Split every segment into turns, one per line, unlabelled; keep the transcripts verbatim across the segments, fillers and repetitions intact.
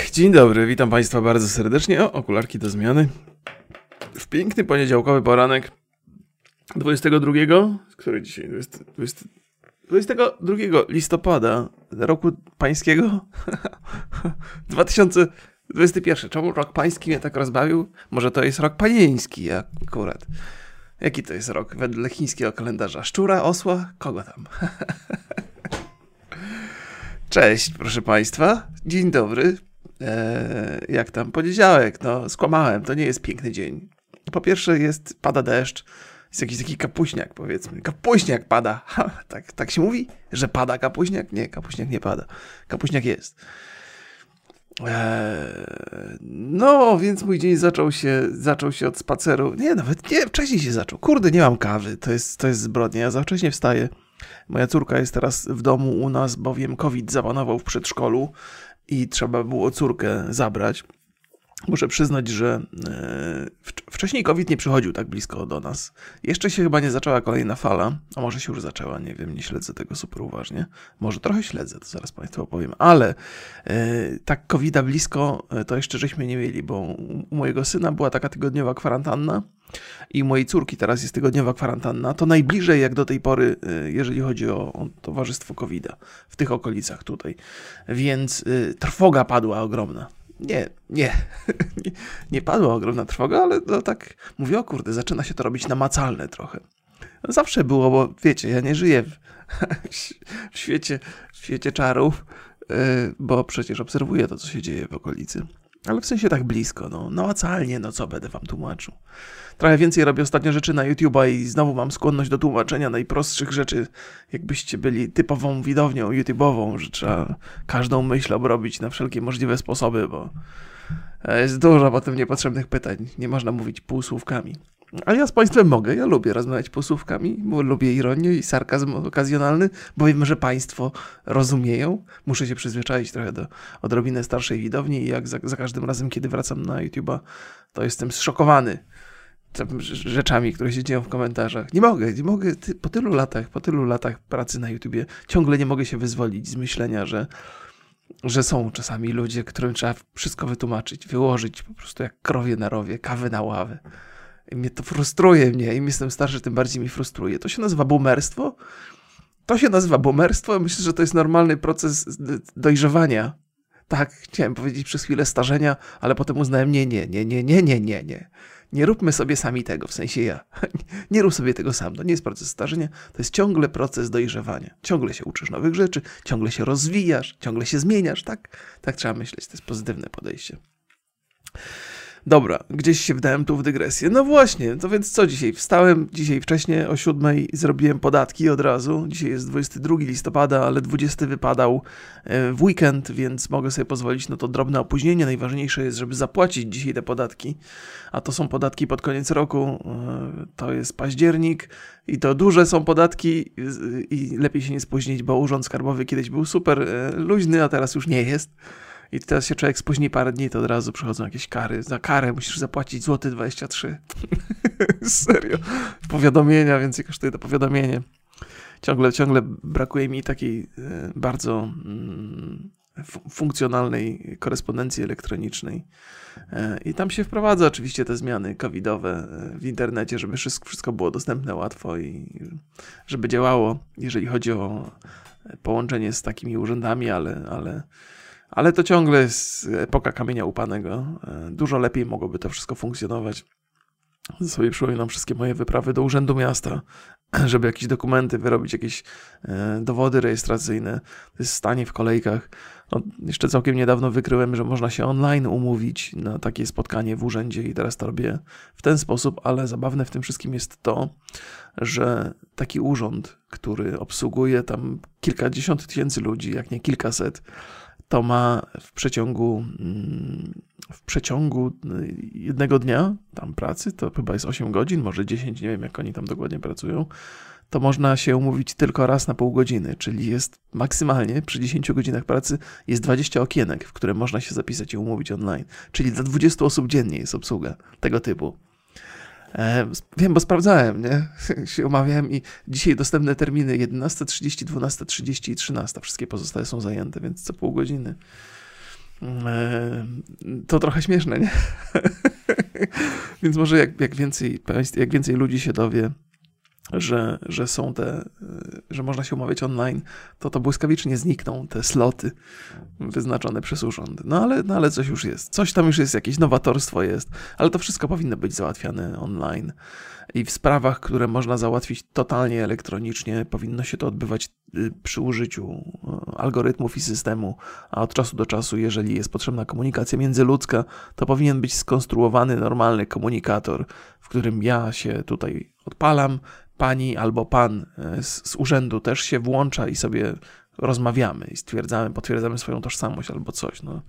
Dzień dobry, witam Państwa bardzo serdecznie. O, okularki do zmiany. W piękny poniedziałkowy poranek dwudziestego drugiego, który dzisiaj jest dwudziestego drugiego listopada roku pańskiego dwa tysiące dwudziesty pierwszy. Czemu rok pański mnie tak rozbawił? Może to jest rok panieński akurat. Jaki to jest rok wedle chińskiego kalendarza? Szczura, osła? Kogo tam? Cześć, proszę Państwa. Dzień dobry. Eee, jak tam? Poniedziałek. No, skłamałem. To nie jest piękny dzień. Po pierwsze jest, pada deszcz. Jest jakiś taki kapuśniak, powiedzmy. Kapuśniak pada. Ha, tak, tak się mówi? Że pada kapuśniak? Nie, kapuśniak nie pada. Kapuśniak jest. Eee, no, więc mój dzień zaczął się, zaczął się od spaceru. Nie, nawet nie, wcześniej się zaczął. Kurde, nie mam kawy. To jest, to jest zbrodnia. Ja za wcześnie wstaję. Moja córka jest teraz w domu u nas, bowiem COVID zapanował w przedszkolu i trzeba było córkę zabrać. Muszę przyznać, że wcześniej COVID nie przychodził tak blisko do nas. Jeszcze się chyba nie zaczęła kolejna fala, a może się już zaczęła, nie wiem, nie śledzę tego super uważnie. Może trochę śledzę, to zaraz Państwu opowiem, ale tak kowida blisko to jeszcze żeśmy nie mieli, bo u mojego syna była taka tygodniowa kwarantanna i u mojej córki teraz jest tygodniowa kwarantanna. To najbliżej jak do tej pory, jeżeli chodzi o, o towarzystwo kowida w tych okolicach tutaj. Więc trwoga padła ogromna. Nie, nie, nie, nie padła ogromna trwoga, ale no tak mówię, o kurde, zaczyna się to robić namacalne trochę. No zawsze było, bo wiecie, ja nie żyję w, w, świecie, w świecie czarów, yy, bo przecież obserwuję to, co się dzieje w okolicy. Ale w sensie tak blisko, no namacalnie, no co będę wam tłumaczył. Trochę więcej robię ostatnio rzeczy na YouTube'a i znowu mam skłonność do tłumaczenia najprostszych rzeczy, jakbyście byli typową widownią YouTube'ową, że trzeba każdą myśl obrobić na wszelkie możliwe sposoby, bo jest dużo potem niepotrzebnych pytań. Nie można mówić półsłówkami. A ja z Państwem mogę, ja lubię rozmawiać półsłówkami, bo lubię ironię i sarkazm okazjonalny, bo wiem, że Państwo rozumieją. Muszę się przyzwyczaić trochę do odrobinę starszej widowni i jak za, za każdym razem, kiedy wracam na YouTube'a, to jestem zszokowany rzeczami, które się dzieją w komentarzach. Nie mogę, nie mogę, ty, po tylu latach, po tylu latach pracy na YouTubie ciągle nie mogę się wyzwolić z myślenia, że że są czasami ludzie, którym trzeba wszystko wytłumaczyć, wyłożyć po prostu jak krowie na rowie, kawę na ławę. I mnie to frustruje mnie. Im jestem starszy, tym bardziej mi frustruje. To się nazywa boomerstwo. To się nazywa boomerstwo. Myślę, że to jest normalny proces dojrzewania. Tak, chciałem powiedzieć przez chwilę starzenia, ale potem uznałem, nie, nie, nie, nie, nie, nie, nie, nie. Nie róbmy sobie sami tego, w sensie ja. Nie rób sobie tego sam. To nie jest proces starzenia, to jest ciągle proces dojrzewania. Ciągle się uczysz nowych rzeczy, ciągle się rozwijasz, ciągle się zmieniasz, tak? Tak trzeba myśleć, to jest pozytywne podejście. Dobra, gdzieś się wdałem tu w dygresję. No właśnie, to więc co dzisiaj? Wstałem dzisiaj wcześniej o siódmej i zrobiłem podatki od razu. Dzisiaj jest dwudziestego drugiego listopada, ale dwudziesty wypadał w weekend, więc mogę sobie pozwolić na to drobne opóźnienie. Najważniejsze jest, żeby zapłacić dzisiaj te podatki, a to są podatki pod koniec roku. To jest październik i to duże są podatki i lepiej się nie spóźnić, bo Urząd Skarbowy kiedyś był super luźny, a teraz już nie jest. I teraz się człowiek spóźni parę dni, to od razu przychodzą jakieś kary. Za karę musisz zapłacić złoty dwadzieścia trzy. Serio. Powiadomienia, więcej kosztuje to powiadomienie. Ciągle, ciągle brakuje mi takiej bardzo mm, funkcjonalnej korespondencji elektronicznej. I tam się wprowadza oczywiście te zmiany covidowe w internecie, żeby wszystko było dostępne łatwo i żeby działało, jeżeli chodzi o połączenie z takimi urzędami, ale... ale Ale to ciągle jest epoka kamienia łupanego. Dużo lepiej mogłoby to wszystko funkcjonować. Sobie przypominam wszystkie moje wyprawy do Urzędu Miasta, żeby jakieś dokumenty wyrobić, jakieś dowody rejestracyjne. To jest stanie w kolejkach. No, jeszcze całkiem niedawno wykryłem, że można się online umówić na takie spotkanie w urzędzie i teraz to robię w ten sposób, ale zabawne w tym wszystkim jest to, że taki urząd, który obsługuje tam kilkadziesiąt tysięcy ludzi, jak nie kilkaset, to ma w przeciągu, w przeciągu jednego dnia tam pracy, to chyba jest osiem godzin, może dziesięć, nie wiem jak oni tam dokładnie pracują, to można się umówić tylko raz na pół godziny, czyli jest maksymalnie przy dziesięciu godzinach pracy jest dwadzieścia okienek, w które można się zapisać i umówić online. Czyli dla dwudziestu osób dziennie jest obsługa tego typu. E, wiem, bo sprawdzałem, nie? się umawiałem i dzisiaj dostępne terminy jedenasta trzydzieści, dwunasta trzydzieści i trzynasta. Wszystkie pozostałe są zajęte, więc co pół godziny. To trochę śmieszne, nie? Więc może jak, jak, więcej, jak więcej ludzi się dowie, że, że są te, że można się umawiać online, to to błyskawicznie znikną te sloty wyznaczone przez urząd. No ale, no ale coś już jest. Coś tam już jest, jakieś nowatorstwo jest, ale to wszystko powinno być załatwiane online. I w sprawach, które można załatwić totalnie elektronicznie, powinno się to odbywać przy użyciu algorytmów i systemu, a od czasu do czasu, jeżeli jest potrzebna komunikacja międzyludzka, to powinien być skonstruowany normalny komunikator, w którym ja się tutaj odpalam, pani albo pan z, z urzędu też się włącza i sobie rozmawiamy i stwierdzamy, potwierdzamy swoją tożsamość albo coś. No.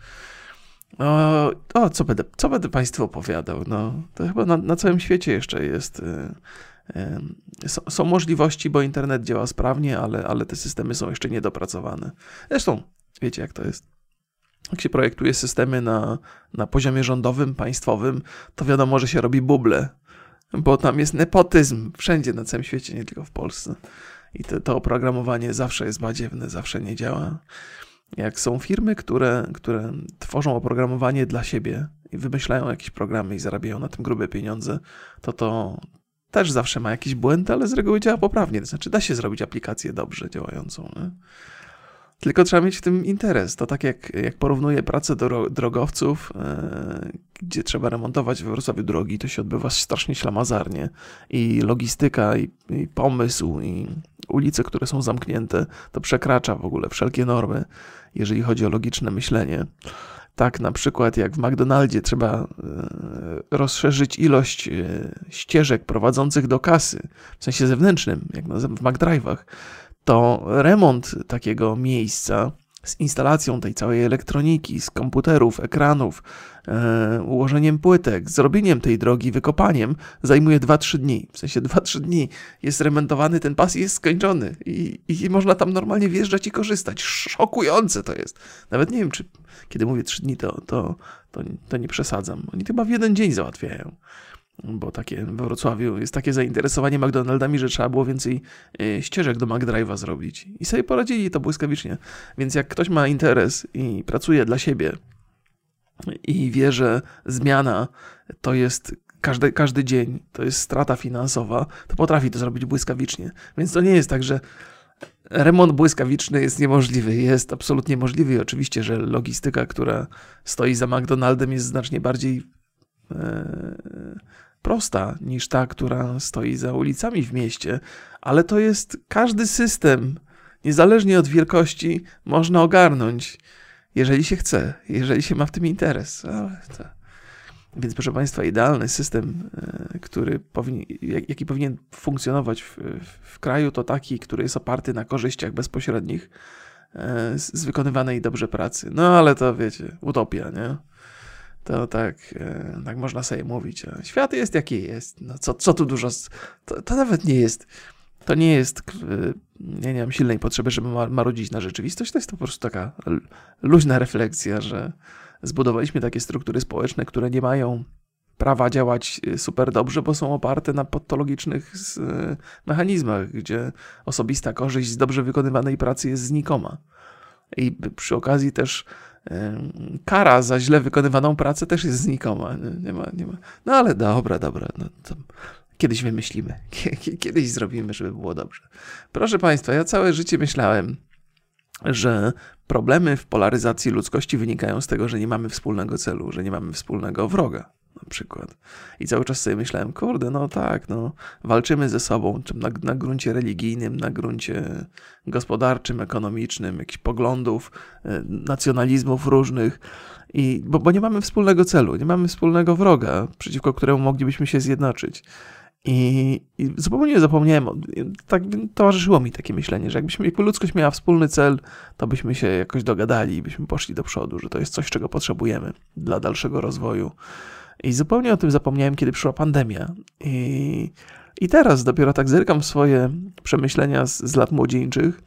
O, o co, będę, co będę Państwu opowiadał? No, to chyba na, na całym świecie jeszcze jest. Yy, yy, są, są możliwości, bo internet działa sprawnie, ale, ale te systemy są jeszcze niedopracowane. Zresztą, wiecie jak to jest. Jak się projektuje systemy na, na poziomie rządowym, państwowym, to wiadomo, że się robi buble, bo tam jest nepotyzm wszędzie na całym świecie, nie tylko w Polsce. I to, to oprogramowanie zawsze jest badziewne, zawsze nie działa. Jak są firmy, które, które tworzą oprogramowanie dla siebie i wymyślają jakieś programy i zarabiają na tym grube pieniądze, to to też zawsze ma jakiś błęd, ale z reguły działa poprawnie. To znaczy da się zrobić aplikację dobrze działającą. Nie? Tylko trzeba mieć w tym interes. To tak jak, jak porównuję pracę do drogowców, yy, gdzie trzeba remontować we Wrocławiu drogi, to się odbywa strasznie ślamazarnie. I logistyka, i, i pomysł, i ulice, które są zamknięte, to przekracza w ogóle wszelkie normy, jeżeli chodzi o logiczne myślenie. Tak na przykład jak w McDonaldzie trzeba yy, rozszerzyć ilość yy, ścieżek prowadzących do kasy, w sensie zewnętrznym, jak na, w McDrive'ach, to remont takiego miejsca z instalacją tej całej elektroniki, z komputerów, ekranów, e, ułożeniem płytek, zrobieniem tej drogi, wykopaniem zajmuje dwa trzy dni. W sensie dwa trzy dni jest remontowany ten pas i jest skończony. I, i można tam normalnie wjeżdżać i korzystać. Szokujące to jest. Nawet nie wiem, czy kiedy mówię trzy dni, to, to, to, to nie przesadzam. Oni chyba w jeden dzień załatwiają. Bo takie we Wrocławiu jest takie zainteresowanie McDonaldami, że trzeba było więcej y, ścieżek do McDrive'a zrobić. I sobie poradzili to błyskawicznie. Więc jak ktoś ma interes i pracuje dla siebie i wie, że zmiana to jest każdy, każdy dzień, to jest strata finansowa, to potrafi to zrobić błyskawicznie. Więc to nie jest tak, że remont błyskawiczny jest niemożliwy. Jest absolutnie możliwy i oczywiście, że logistyka, która stoi za McDonaldem, jest znacznie bardziej e, prosta niż ta, która stoi za ulicami w mieście, ale to jest każdy system, niezależnie od wielkości, można ogarnąć, jeżeli się chce, jeżeli się ma w tym interes. Ale to... Więc proszę Państwa, idealny system, który powinien, jaki powinien funkcjonować w, w kraju, to taki, który jest oparty na korzyściach bezpośrednich z, z wykonywanej dobrze pracy. No ale to wiecie, utopia, nie? To tak, tak można sobie mówić. Świat jest jaki jest. No co, co tu dużo... To, to nawet nie jest... To nie jest... Ja nie mam silnej potrzeby, żeby marudzić na rzeczywistość. To jest to po prostu taka luźna refleksja, że zbudowaliśmy takie struktury społeczne, które nie mają prawa działać super dobrze, bo są oparte na patologicznych mechanizmach, gdzie osobista korzyść z dobrze wykonywanej pracy jest znikoma. I przy okazji też kara za źle wykonywaną pracę też jest znikoma. Nie ma, nie ma. No ale dobra, dobra. No to kiedyś wymyślimy. Kiedyś zrobimy, żeby było dobrze. Proszę Państwa, ja całe życie myślałem, że problemy w polaryzacji ludzkości wynikają z tego, że nie mamy wspólnego celu, że nie mamy wspólnego wroga. Na przykład. I cały czas sobie myślałem, kurde, no tak, no, walczymy ze sobą, czym na, na gruncie religijnym, na gruncie gospodarczym, ekonomicznym, jakichś poglądów, nacjonalizmów różnych, i, bo, bo nie mamy wspólnego celu, nie mamy wspólnego wroga, przeciwko któremu moglibyśmy się zjednoczyć. I, i zupełnie zapomniałem, tak towarzyszyło mi takie myślenie, że jakbyśmy, jakby ludzkość miała wspólny cel, to byśmy się jakoś dogadali i byśmy poszli do przodu, że to jest coś, czego potrzebujemy dla dalszego rozwoju. I zupełnie o tym zapomniałem, kiedy przyszła pandemia. I, i teraz dopiero tak zerkam w swoje przemyślenia z, z lat młodzieńczych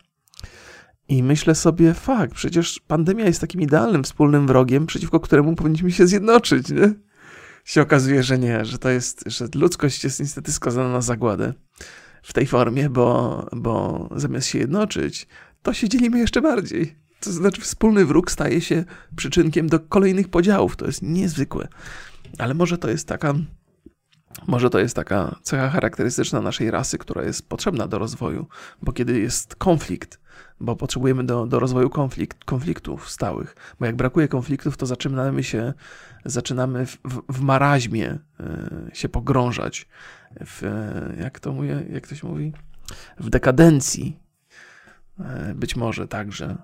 i myślę sobie, fakt, przecież pandemia jest takim idealnym wspólnym wrogiem, przeciwko któremu powinniśmy się zjednoczyć, nie? Się okazuje, że nie, że to jest, że ludzkość jest niestety skazana na zagładę w tej formie, bo, bo zamiast się jednoczyć, to się dzielimy jeszcze bardziej. To znaczy wspólny wróg staje się przyczynkiem do kolejnych podziałów. To jest niezwykłe. Ale może to jest taka, może to jest taka cecha charakterystyczna naszej rasy, która jest potrzebna do rozwoju, bo kiedy jest konflikt, bo potrzebujemy do, do rozwoju konflikt, konfliktów stałych, bo jak brakuje konfliktów, to zaczynamy się, zaczynamy w, w, w maraźmie y, się pogrążać, w, jak to mówię, jak to się mówi? W dekadencji. Być może także.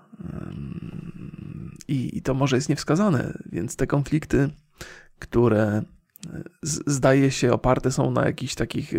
I, I to może jest niewskazane, więc te konflikty, które z, zdaje się oparte są na jakichś takich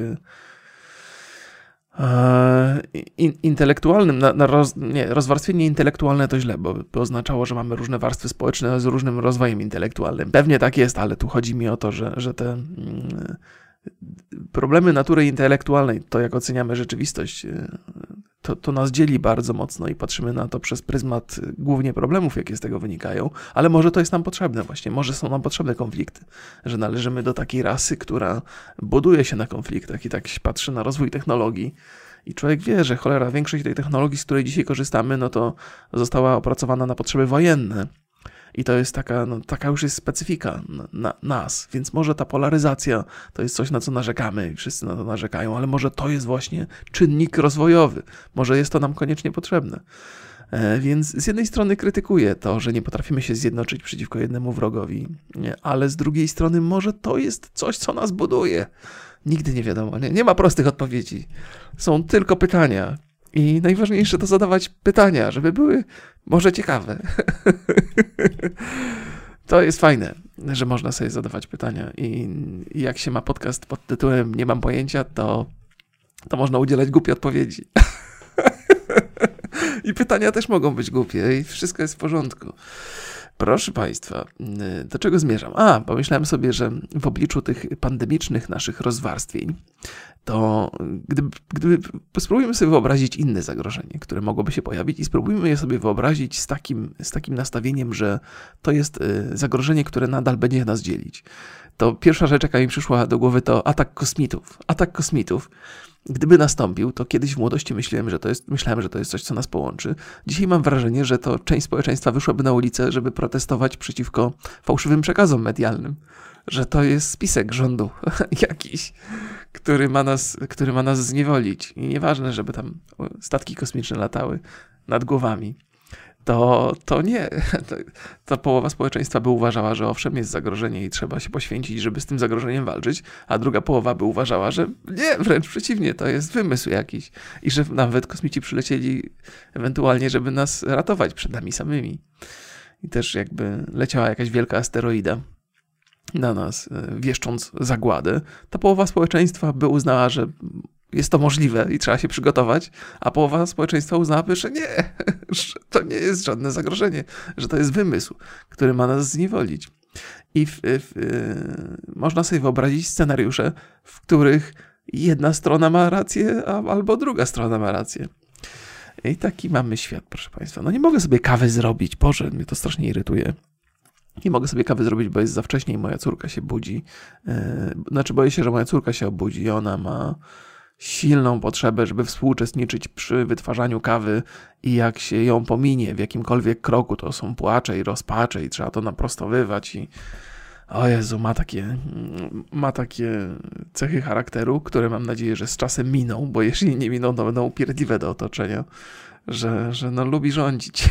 e, in, intelektualnym, na, na roz, nie, rozwarstwienie intelektualne to źle, bo by oznaczało, że mamy różne warstwy społeczne z różnym rozwojem intelektualnym. Pewnie tak jest, ale tu chodzi mi o to, że, że te mm, problemy natury intelektualnej, to jak oceniamy rzeczywistość, to, to nas dzieli bardzo mocno i patrzymy na to przez pryzmat głównie problemów, jakie z tego wynikają, ale może to jest nam potrzebne właśnie, może są nam potrzebne konflikty, że należymy do takiej rasy, która buduje się na konfliktach i tak się patrzy na rozwój technologii i człowiek wie, że cholera, większość tej technologii, z której dzisiaj korzystamy, no to została opracowana na potrzeby wojenne. I to jest taka, no, taka już jest specyfika na, na, nas, więc może ta polaryzacja to jest coś, na co narzekamy i wszyscy na to narzekają, ale może to jest właśnie czynnik rozwojowy, może jest to nam koniecznie potrzebne. E, więc z jednej strony krytykuję to, że nie potrafimy się zjednoczyć przeciwko jednemu wrogowi, nie? Ale z drugiej strony może to jest coś, co nas buduje. Nigdy nie wiadomo, nie, nie ma prostych odpowiedzi, są tylko pytania. I najważniejsze to zadawać pytania, żeby były może ciekawe. To jest fajne, że można sobie zadawać pytania i jak się ma podcast pod tytułem Nie mam pojęcia, to, to można udzielać głupie odpowiedzi. I pytania też mogą być głupie i wszystko jest w porządku. Proszę Państwa, do czego zmierzam? A, pomyślałem sobie, że w obliczu tych pandemicznych naszych rozwarstwień, to gdyby, gdyby spróbujmy sobie wyobrazić inne zagrożenie, które mogłoby się pojawić i spróbujmy je sobie wyobrazić z takim, z takim nastawieniem, że to jest zagrożenie, które nadal będzie nas dzielić. To pierwsza rzecz, jaka mi przyszła do głowy, to atak kosmitów. Atak kosmitów. Gdyby nastąpił, to kiedyś w młodości myślałem, że to jest, myślałem, że to jest coś, co nas połączy. Dzisiaj mam wrażenie, że to część społeczeństwa wyszłaby na ulicę, żeby protestować przeciwko fałszywym przekazom medialnym. Że to jest spisek rządu jakiś, który ma nas, który ma nas zniewolić. I nieważne, żeby tam statki kosmiczne latały nad głowami. To, to nie. To, to połowa społeczeństwa by uważała, że owszem, jest zagrożenie i trzeba się poświęcić, żeby z tym zagrożeniem walczyć, a druga połowa by uważała, że nie, wręcz przeciwnie, to jest wymysł jakiś i że nawet kosmici przylecieli ewentualnie, żeby nas ratować przed nami samymi. I też jakby leciała jakaś wielka asteroida na nas, wieszcząc zagładę, ta połowa społeczeństwa by uznała, że jest to możliwe i trzeba się przygotować, a połowa społeczeństwa uznałaby, że nie, że to nie jest żadne zagrożenie, że to jest wymysł, który ma nas zniewolić. I w, w, można sobie wyobrazić scenariusze, w których jedna strona ma rację, a, albo druga strona ma rację. I taki mamy świat, proszę Państwa. No nie mogę sobie kawy zrobić, Boże, mnie to strasznie irytuje. Nie mogę sobie kawy zrobić, bo jest za wcześnie i moja córka się budzi. Yy, znaczy boję się, że moja córka się obudzi i ona ma silną potrzebę, żeby współuczestniczyć przy wytwarzaniu kawy i jak się ją pominie w jakimkolwiek kroku, to są płacze i rozpacze i trzeba to naprostowywać i o Jezu, ma takie, ma takie cechy charakteru, które mam nadzieję, że z czasem miną, bo jeśli nie miną, to będą upierdliwe do otoczenia, że, że no lubi rządzić,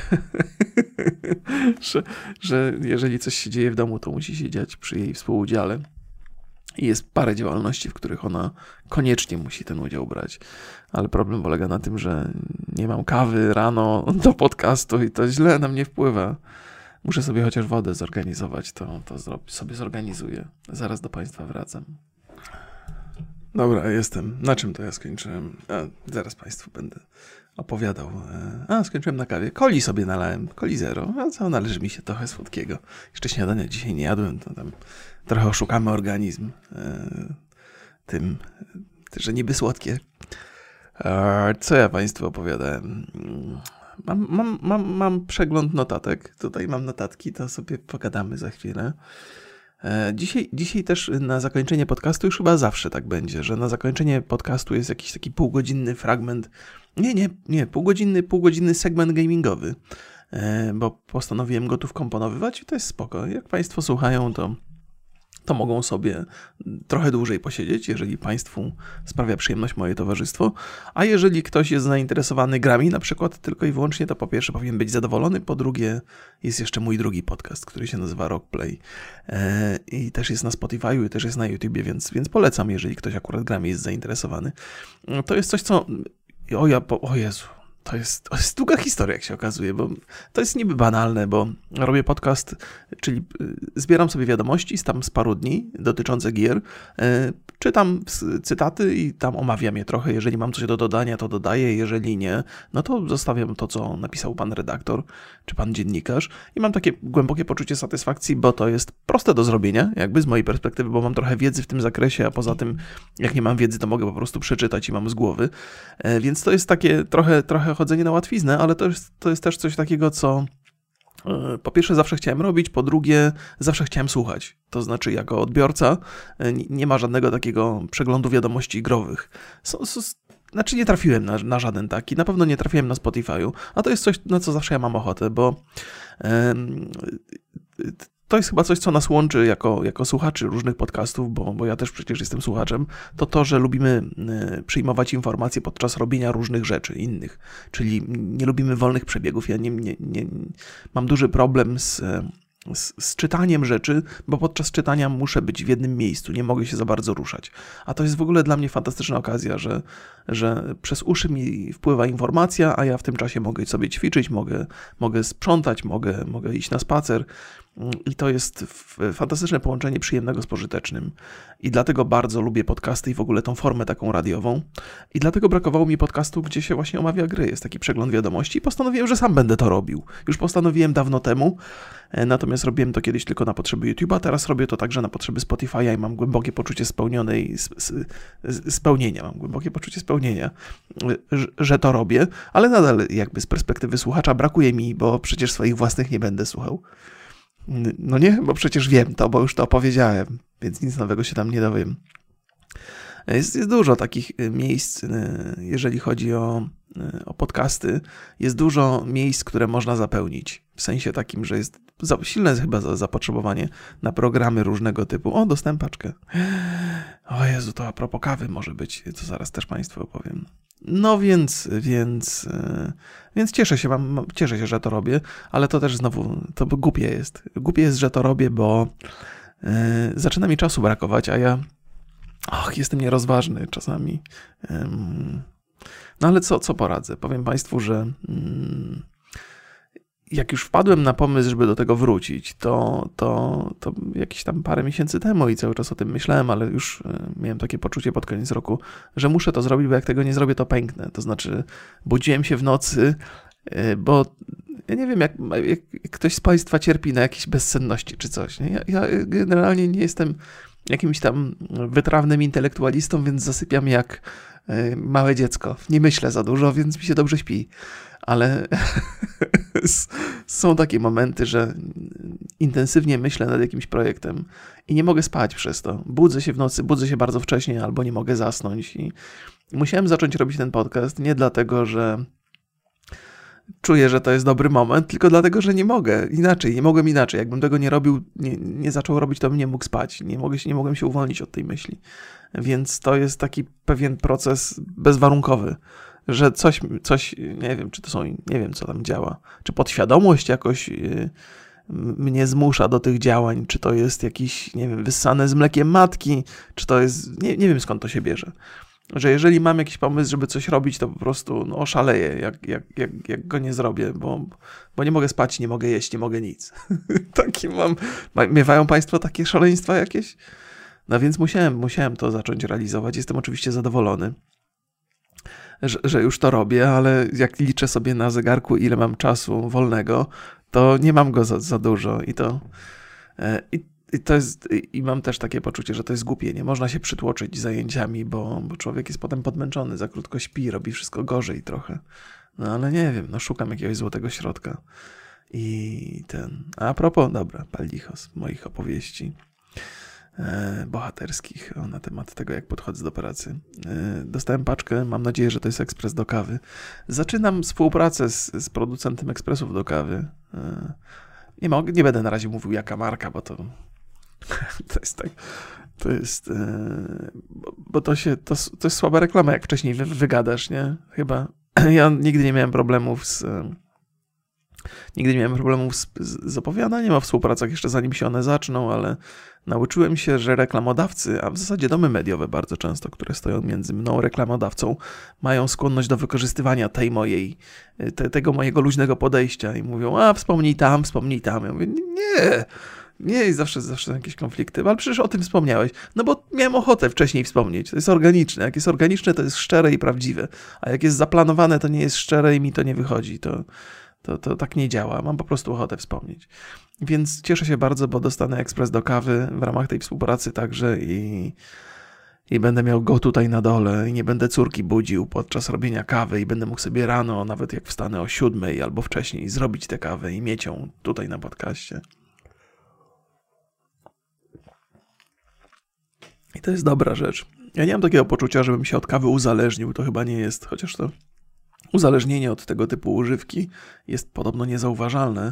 że, że jeżeli coś się dzieje w domu, to musi się dziać przy jej współudziale. I jest parę działalności, w których ona koniecznie musi ten udział brać. Ale problem polega na tym, że nie mam kawy rano do podcastu i to źle na mnie wpływa. Muszę sobie chociaż wodę zorganizować, to, to sobie zorganizuję. Zaraz do Państwa wracam. Dobra, jestem. Na czym to ja skończyłem? A, zaraz Państwu będę opowiadał. A, skończyłem na kawie. Coli sobie nalałem. Coli zero. A co, należy mi się trochę słodkiego. Jeszcze śniadania dzisiaj nie jadłem, to tam trochę oszukamy organizm e, tym, że niby słodkie. E, co ja Państwu opowiadałem? Mam, mam, mam, mam przegląd notatek. Tutaj mam notatki, to sobie pogadamy za chwilę. E, dzisiaj, dzisiaj też na zakończenie podcastu, już chyba zawsze tak będzie, że na zakończenie podcastu jest jakiś taki półgodzinny fragment. Nie, nie, nie, półgodzinny, półgodzinny segment gamingowy. bo postanowiłem go tu wkomponowywać i to jest spoko. Jak Państwo słuchają, to to mogą sobie trochę dłużej posiedzieć, jeżeli Państwu sprawia przyjemność moje towarzystwo. A jeżeli ktoś jest zainteresowany grami na przykład tylko i wyłącznie, to po pierwsze powinien być zadowolony, po drugie jest jeszcze mój drugi podcast, który się nazywa Rockplay i też jest na Spotify'u i też jest na YouTubie, więc, więc polecam, jeżeli ktoś akurat grami jest zainteresowany. To jest coś, co... O, ja, o Jezu... To jest, to jest długa historia, jak się okazuje, bo to jest niby banalne, bo robię podcast, czyli zbieram sobie wiadomości z tam z paru dni dotyczące gier, czytam cytaty i tam omawiam je trochę. Jeżeli mam coś do dodania, to dodaję, jeżeli nie, no to zostawiam to, co napisał pan redaktor czy pan dziennikarz i mam takie głębokie poczucie satysfakcji, bo to jest proste do zrobienia, jakby z mojej perspektywy, bo mam trochę wiedzy w tym zakresie, a poza tym, jak nie mam wiedzy, to mogę po prostu przeczytać i mam z głowy, więc to jest takie trochę, trochę chodzenie na łatwiznę, ale to jest, to jest też coś takiego, co po pierwsze zawsze chciałem robić, po drugie zawsze chciałem słuchać. To znaczy jako odbiorca nie ma żadnego takiego przeglądu wiadomości growych. So, so, znaczy nie trafiłem na, na żaden taki, na pewno nie trafiłem na Spotify'u, a to jest coś, na co zawsze ja mam ochotę, bo um, to jest chyba coś, co nas łączy jako, jako słuchaczy różnych podcastów, bo, bo ja też przecież jestem słuchaczem, to to, że lubimy przyjmować informacje podczas robienia różnych rzeczy innych, czyli nie lubimy wolnych przebiegów. Ja nie, nie, nie, mam duży problem z, z, z czytaniem rzeczy, bo podczas czytania muszę być w jednym miejscu, nie mogę się za bardzo ruszać. A to jest w ogóle dla mnie fantastyczna okazja, że, że przez uszy mi wpływa informacja, a ja w tym czasie mogę sobie ćwiczyć, mogę, mogę sprzątać, mogę, mogę iść na spacer. I to jest fantastyczne połączenie przyjemnego z pożytecznym. I dlatego bardzo lubię podcasty i w ogóle tą formę taką radiową. I dlatego brakowało mi podcastu, gdzie się właśnie omawia gry. Jest taki przegląd wiadomości i postanowiłem, że sam będę to robił. Już postanowiłem dawno temu, natomiast robiłem to kiedyś tylko na potrzeby YouTube'a, teraz robię to także na potrzeby Spotify'a i mam głębokie poczucie spełnionej, spełnienia. Mam głębokie poczucie spełnienia, że to robię, ale nadal jakby z perspektywy słuchacza brakuje mi, bo przecież swoich własnych nie będę słuchał. No nie, bo przecież wiem to, bo już to opowiedziałem, więc nic nowego się tam nie dowiem. Jest, jest dużo takich miejsc, jeżeli chodzi o, o podcasty. Jest dużo miejsc, które można zapełnić. W sensie takim, że jest za, silne chyba zapotrzebowanie na programy różnego typu. O, dostałem paczkę. O Jezu, to a propos kawy może być, to zaraz też Państwu opowiem. No więc, więc, więc cieszę się, mam, cieszę się, że to robię, ale to też znowu, to głupie jest. Głupie jest, że to robię, bo yy, zaczyna mi czasu brakować, a ja och, jestem nierozważny czasami. Yy, no ale co, co poradzę? Powiem Państwu, że yy, jak już wpadłem na pomysł, żeby do tego wrócić, to, to, to jakieś tam parę miesięcy temu i cały czas o tym myślałem, ale już miałem takie poczucie pod koniec roku, że muszę to zrobić, bo jak tego nie zrobię, to pęknę. To znaczy budziłem się w nocy, bo ja nie wiem, jak, jak ktoś z Państwa cierpi na jakieś bezsenności czy coś. Nie? Ja, ja generalnie nie jestem jakimś tam wytrawnym intelektualistą, więc zasypiam jak małe dziecko. Nie myślę za dużo, więc mi się dobrze śpi. Ale są takie momenty, że intensywnie myślę nad jakimś projektem i nie mogę spać przez to. Budzę się w nocy, budzę się bardzo wcześnie albo nie mogę zasnąć i musiałem zacząć robić ten podcast nie dlatego, że czuję, że to jest dobry moment, tylko dlatego, że nie mogę inaczej, nie mogłem inaczej. Jakbym tego nie robił, nie, nie zaczął robić, to bym nie mógł spać. Nie, mogę się, nie mogłem się uwolnić od tej myśli. Więc to jest taki pewien proces bezwarunkowy, że coś, coś, nie wiem, czy to są, nie wiem, co tam działa, czy podświadomość jakoś yy, mnie zmusza do tych działań, czy to jest jakiś, nie wiem, wyssane z mlekiem matki, czy to jest, nie, nie wiem skąd to się bierze. Że jeżeli mam jakiś pomysł, żeby coś robić, to po prostu no, oszaleję, jak, jak, jak, jak go nie zrobię, bo, bo nie mogę spać, nie mogę jeść, nie mogę nic. Takie mam, miewają Państwo takie szaleństwa jakieś? No więc musiałem, musiałem to zacząć realizować. Jestem oczywiście zadowolony, że, że już to robię, ale jak liczę sobie na zegarku, ile mam czasu wolnego, to nie mam go za, za dużo i to, i, i to jest, i mam też takie poczucie, że to jest głupie. Nie można się przytłoczyć zajęciami, bo, bo człowiek jest potem podmęczony, za krótko śpi, robi wszystko gorzej trochę. No ale nie wiem, no szukam jakiegoś złotego środka. I ten, a propos, dobra, pal licho z moich opowieści. e, bohaterskich o, na temat tego, jak podchodzę do pracy. E, dostałem paczkę, mam nadzieję, że to jest ekspres do kawy. Zaczynam współpracę z, z producentem ekspresów do kawy. E, nie, mogę, nie będę na razie mówił, jaka marka, bo to, to jest tak... To jest, yy, bo, bo to się, to, to jest słaba reklama, jak wcześniej wy, wygadasz, nie? Chyba. Ja nigdy nie miałem problemów z, yy, nigdy nie miałem problemów z, z, z opowiadaniem o współpracach, jeszcze zanim się one zaczną, ale nauczyłem się, że reklamodawcy, a w zasadzie domy mediowe bardzo często, które stoją między mną reklamodawcą, mają skłonność do wykorzystywania tej mojej, te, tego mojego luźnego podejścia i mówią, a wspomnij tam, wspomnij tam. Ja mówię, nie, nie, i zawsze, zawsze są jakieś konflikty, ale przecież o tym wspomniałeś. No bo miałem ochotę wcześniej wspomnieć. To jest organiczne. Jak jest organiczne, to jest szczere i prawdziwe. A jak jest zaplanowane, to nie jest szczere i mi to nie wychodzi. To, to, to tak nie działa. Mam po prostu ochotę wspomnieć. Więc cieszę się bardzo, bo dostanę ekspres do kawy w ramach tej współpracy także i, i będę miał go tutaj na dole i nie będę córki budził podczas robienia kawy i będę mógł sobie rano, nawet jak wstanę o siódmej albo wcześniej, zrobić tę kawę i mieć ją tutaj na podcaście. I to jest dobra rzecz. Ja nie mam takiego poczucia, żebym się od kawy uzależnił. To chyba nie jest, chociaż to uzależnienie od tego typu używki jest podobno niezauważalne.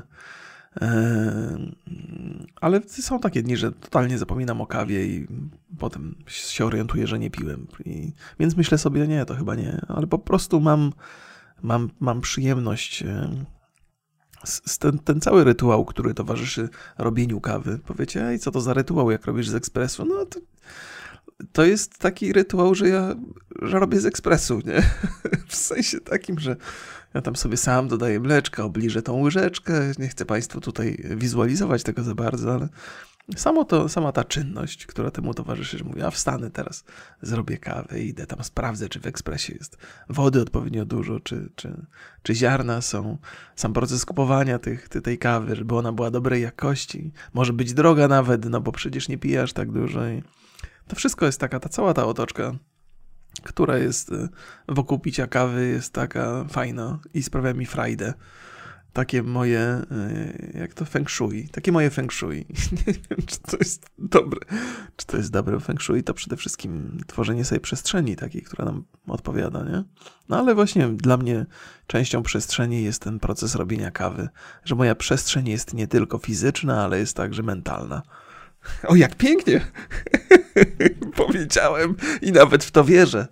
Ale są takie dni, że totalnie zapominam o kawie i potem się orientuję, że nie piłem. I, więc myślę sobie, nie, to chyba nie. Ale po prostu mam, mam, mam przyjemność... Ten, ten cały rytuał, który towarzyszy robieniu kawy. Powiecie, ej, co to za rytuał, jak robisz z ekspresu? No to, to jest taki rytuał, że ja że robię z ekspresu, nie? W sensie takim, że ja tam sobie sam dodaję mleczka, obliżę tą łyżeczkę. Nie chcę Państwu tutaj wizualizować tego za bardzo, ale samo to, sama ta czynność, która temu towarzyszy, że mówię, ja wstanę teraz, zrobię kawę i idę tam, sprawdzę, czy w ekspresie jest wody odpowiednio dużo, czy, czy, czy ziarna są. Sam proces kupowania tych, tej kawy, żeby ona była dobrej jakości. Może być droga nawet, no bo przecież nie pijasz tak dużo. I to wszystko jest taka, ta cała ta otoczka, która jest wokół picia kawy, jest taka fajna i sprawia mi frajdę. Takie moje, jak to feng shui, takie moje feng shui. Nie wiem, czy to jest dobre, czy to jest dobre feng shui, to przede wszystkim tworzenie sobie przestrzeni takiej, która nam odpowiada, nie? No ale właśnie dla mnie częścią przestrzeni jest ten proces robienia kawy, że moja przestrzeń jest nie tylko fizyczna, ale jest także mentalna. O, jak pięknie powiedziałem i nawet w to wierzę.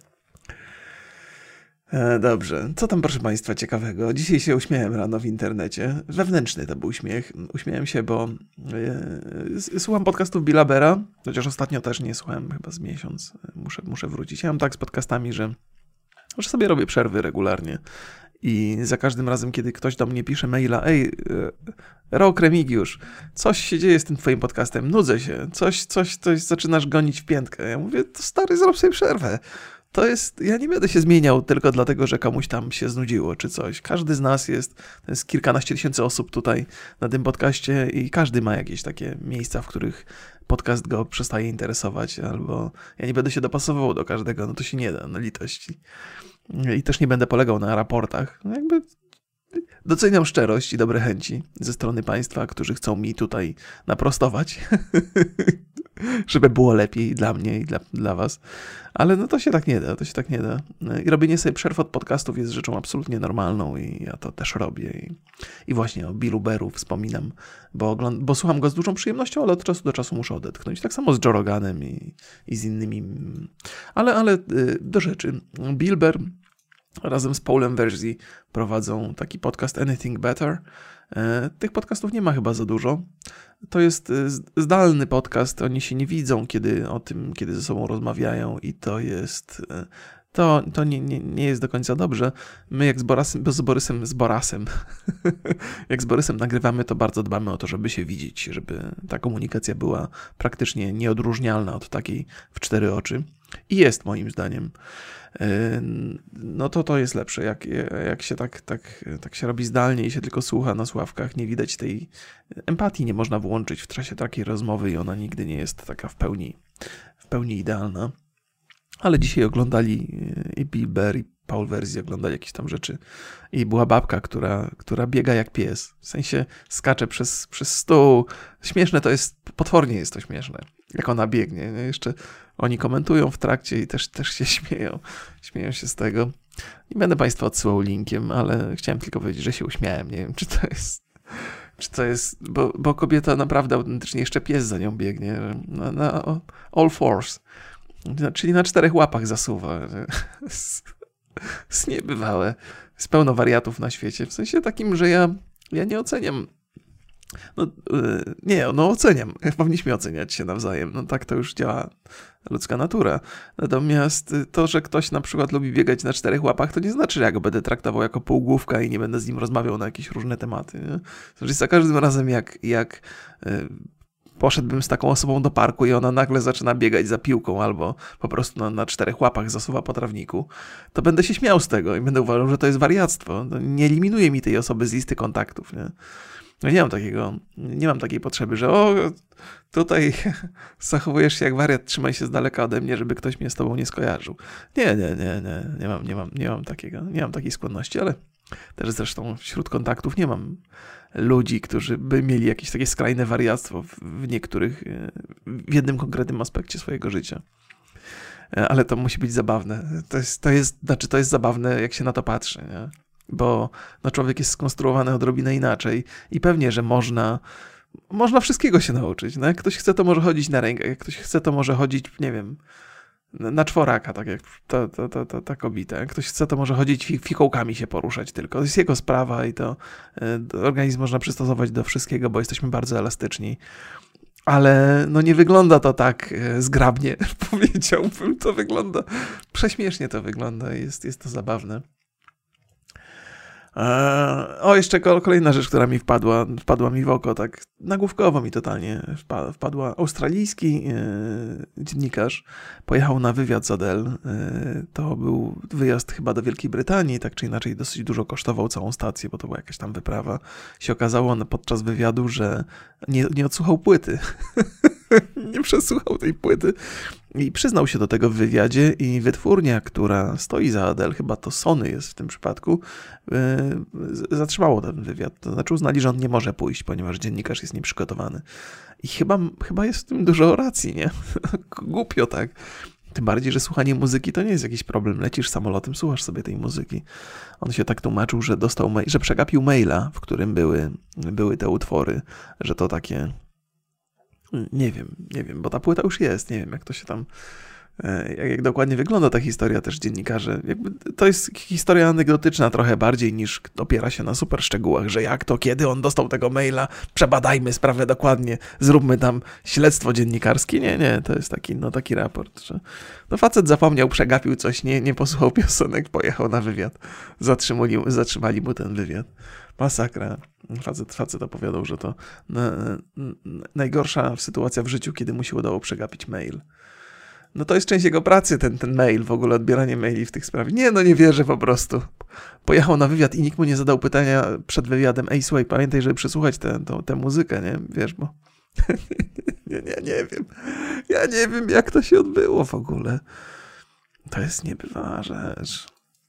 E, dobrze, co tam proszę Państwa ciekawego? Dzisiaj się uśmiałem rano w internecie. Wewnętrzny to był śmiech. Uśmiałem się, bo e, słucham podcastów Billa Beara, chociaż ostatnio też nie słuchałem, chyba z miesiąc. Muszę, muszę wrócić. Ja mam tak z podcastami, że, że sobie robię przerwy regularnie. I za każdym razem, kiedy ktoś do mnie pisze maila, ej, Rok Remigiusz, coś się dzieje z tym twoim podcastem, nudzę się, coś, coś, coś zaczynasz gonić w piętkę. Ja mówię, to stary, zrób sobie przerwę. To jest, ja nie będę się zmieniał tylko dlatego, że komuś tam się znudziło czy coś. Każdy z nas jest, to jest kilkanaście tysięcy osób tutaj na tym podcaście i każdy ma jakieś takie miejsca, w których podcast go przestaje interesować, albo ja nie będę się dopasowywał do każdego, no to się nie da, no litości. I też nie będę polegał na raportach. Jakby doceniam szczerość i dobre chęci ze strony państwa, którzy chcą mi tutaj naprostować, żeby było lepiej dla mnie i dla, dla was. Ale no to się tak nie da, to się tak nie da. I robienie sobie przerw od podcastów jest rzeczą absolutnie normalną i ja to też robię. I, i właśnie o Billu Bearu wspominam, bo, ogląd- bo słucham go z dużą przyjemnością, ale od czasu do czasu muszę odetchnąć. Tak samo z Joe Roganem i, i z innymi. Ale, ale do rzeczy. Bill Bear razem z Paulem Verzi prowadzą taki podcast Anything Better. Tych podcastów nie ma chyba za dużo. To jest zdalny podcast, oni się nie widzą, kiedy o tym, kiedy ze sobą rozmawiają i to jest... To, to nie, nie, nie jest do końca dobrze. My jak z Borasem, z Borysem, z Borasem, jak z Borysem nagrywamy, to bardzo dbamy o to, żeby się widzieć, żeby ta komunikacja była praktycznie nieodróżnialna od takiej w cztery oczy. I jest moim zdaniem. No to to jest lepsze, jak, jak się tak, tak, tak się robi zdalnie i się tylko słucha na słuchawkach, nie widać tej empatii, nie można włączyć w czasie takiej rozmowy i ona nigdy nie jest taka w pełni, w pełni idealna. Ale dzisiaj oglądali i Bill Bear, i Paul Verzi oglądali jakieś tam rzeczy i była babka, która, która biega jak pies, w sensie skacze przez, przez stół. Śmieszne to jest, potwornie jest to śmieszne. jak ona biegnie. Nie? Jeszcze oni komentują w trakcie i też, też się śmieją. Śmieją się z tego. Nie będę Państwa odsyłał linkiem, ale chciałem tylko powiedzieć, że się uśmiałem. Nie wiem, czy to jest... Czy to jest... Bo, bo kobieta naprawdę autentycznie jeszcze pies za nią biegnie. Na, na all fours. Czyli na czterech łapach zasuwa. Jest niebywałe. Jest pełno wariatów na świecie. W sensie takim, że ja, ja nie oceniam. No, yy, nie, no oceniam. Powinniśmy oceniać się nawzajem. No tak to już działa ludzka natura. Natomiast to, że ktoś na przykład lubi biegać na czterech łapach, to nie znaczy, że ja go będę traktował jako półgłówka i nie będę z nim rozmawiał na jakieś różne tematy. Nie? Znaczy za każdym razem, jak, jak yy, poszedłbym z taką osobą do parku i ona nagle zaczyna biegać za piłką albo po prostu na, na czterech łapach zasuwa po trawniku, to będę się śmiał z tego i będę uważał, że to jest wariactwo. To nie eliminuje mi tej osoby z listy kontaktów. Nie? No nie mam takiego, nie mam takiej potrzeby, że o, tutaj zachowujesz się jak wariat, trzymaj się z daleka ode mnie, żeby ktoś mnie z tobą nie skojarzył. Nie, nie, nie, nie, nie mam, nie mam, nie mam takiego, nie mam takiej skłonności, ale też zresztą wśród kontaktów nie mam ludzi, którzy by mieli jakieś takie skrajne wariactwo w niektórych, w jednym konkretnym aspekcie swojego życia. Ale to musi być zabawne. To jest, to jest, znaczy to jest zabawne, jak się na to patrzy, nie? Bo no, człowiek jest skonstruowany odrobinę inaczej i pewnie, że można, można wszystkiego się nauczyć. No, jak ktoś chce, to może chodzić na rękach, jak ktoś chce, to może chodzić, nie wiem, na czworaka, tak jak ta, ta, ta, ta, ta kobieta. Jak ktoś chce, to może chodzić fikołkami się poruszać tylko. To jest jego sprawa i to y, organizm można przystosować do wszystkiego, bo jesteśmy bardzo elastyczni. Ale no nie wygląda to tak y, zgrabnie, powiedziałbym. To wygląda, prześmiesznie to wygląda i jest, jest to zabawne. O, jeszcze kolejna rzecz, która mi wpadła, wpadła mi w oko, tak nagłówkowo mi totalnie wpadła. Australijski dziennikarz pojechał na wywiad z Adele. To był wyjazd chyba do Wielkiej Brytanii, tak czy inaczej dosyć dużo kosztował całą stację, bo to była jakaś tam wyprawa. Się okazało podczas wywiadu, że nie, nie odsłuchał płyty. Nie przesłuchał tej płyty. I przyznał się do tego w wywiadzie i wytwórnia, która stoi za Adele, chyba to Sony jest w tym przypadku, yy, zatrzymało ten wywiad. To znaczy uznali, że on nie może pójść, ponieważ dziennikarz jest nieprzygotowany. I chyba, chyba jest w tym dużo racji, nie? Głupio tak. Tym bardziej, że słuchanie muzyki to nie jest jakiś problem. Lecisz samolotem, słuchasz sobie tej muzyki. On się tak tłumaczył, że dostał mail, że przegapił maila, w którym były, były te utwory, że to takie... Nie wiem, nie wiem, bo ta płyta już jest, nie wiem jak to się tam, jak, jak dokładnie wygląda ta historia też dziennikarze. Jakby to jest historia anegdotyczna trochę bardziej niż opiera się na super szczegółach, że jak to, kiedy on dostał tego maila, przebadajmy sprawę dokładnie, zróbmy tam śledztwo dziennikarskie. Nie, nie, to jest taki, no taki raport, że no facet zapomniał, przegapił coś, nie, nie posłuchał piosenek, pojechał na wywiad, zatrzymali, zatrzymali mu ten wywiad. Masakra. Facet, facet opowiadał, że to na, na, najgorsza sytuacja w życiu, kiedy mu się udało przegapić mail. No to jest część jego pracy, ten, ten mail, w ogóle odbieranie maili w tych sprawach. Nie, no nie wierzę po prostu. Pojechał na wywiad i nikt mu nie zadał pytania przed wywiadem. Ej, słuchaj, pamiętaj, żeby przesłuchać tę, tę, tę muzykę, nie? Wiesz, bo... nie, nie, nie wiem. Ja nie wiem, jak to się odbyło w ogóle. To jest niebywała rzecz.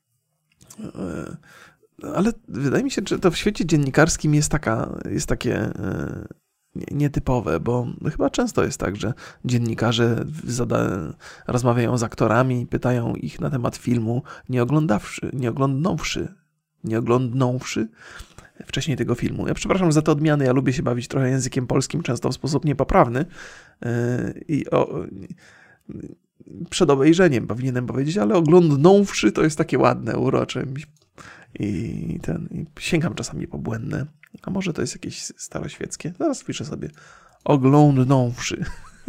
Ale wydaje mi się, że to w świecie dziennikarskim jest taka, jest takie nietypowe, bo chyba często jest tak, że dziennikarze zada- rozmawiają z aktorami, pytają ich na temat filmu, nie oglądawszy, nie oglądnąwszy, nie oglądnąwszy wcześniej tego filmu. Ja przepraszam za te odmiany, ja lubię się bawić trochę językiem polskim, często w sposób niepoprawny i o, przed obejrzeniem powinienem powiedzieć, ale oglądnąwszy to jest takie ładne, urocze. I ten, i sięgam czasami po błędne. A może to jest jakieś staroświeckie? Zaraz piszę sobie. Oglądnąwszy.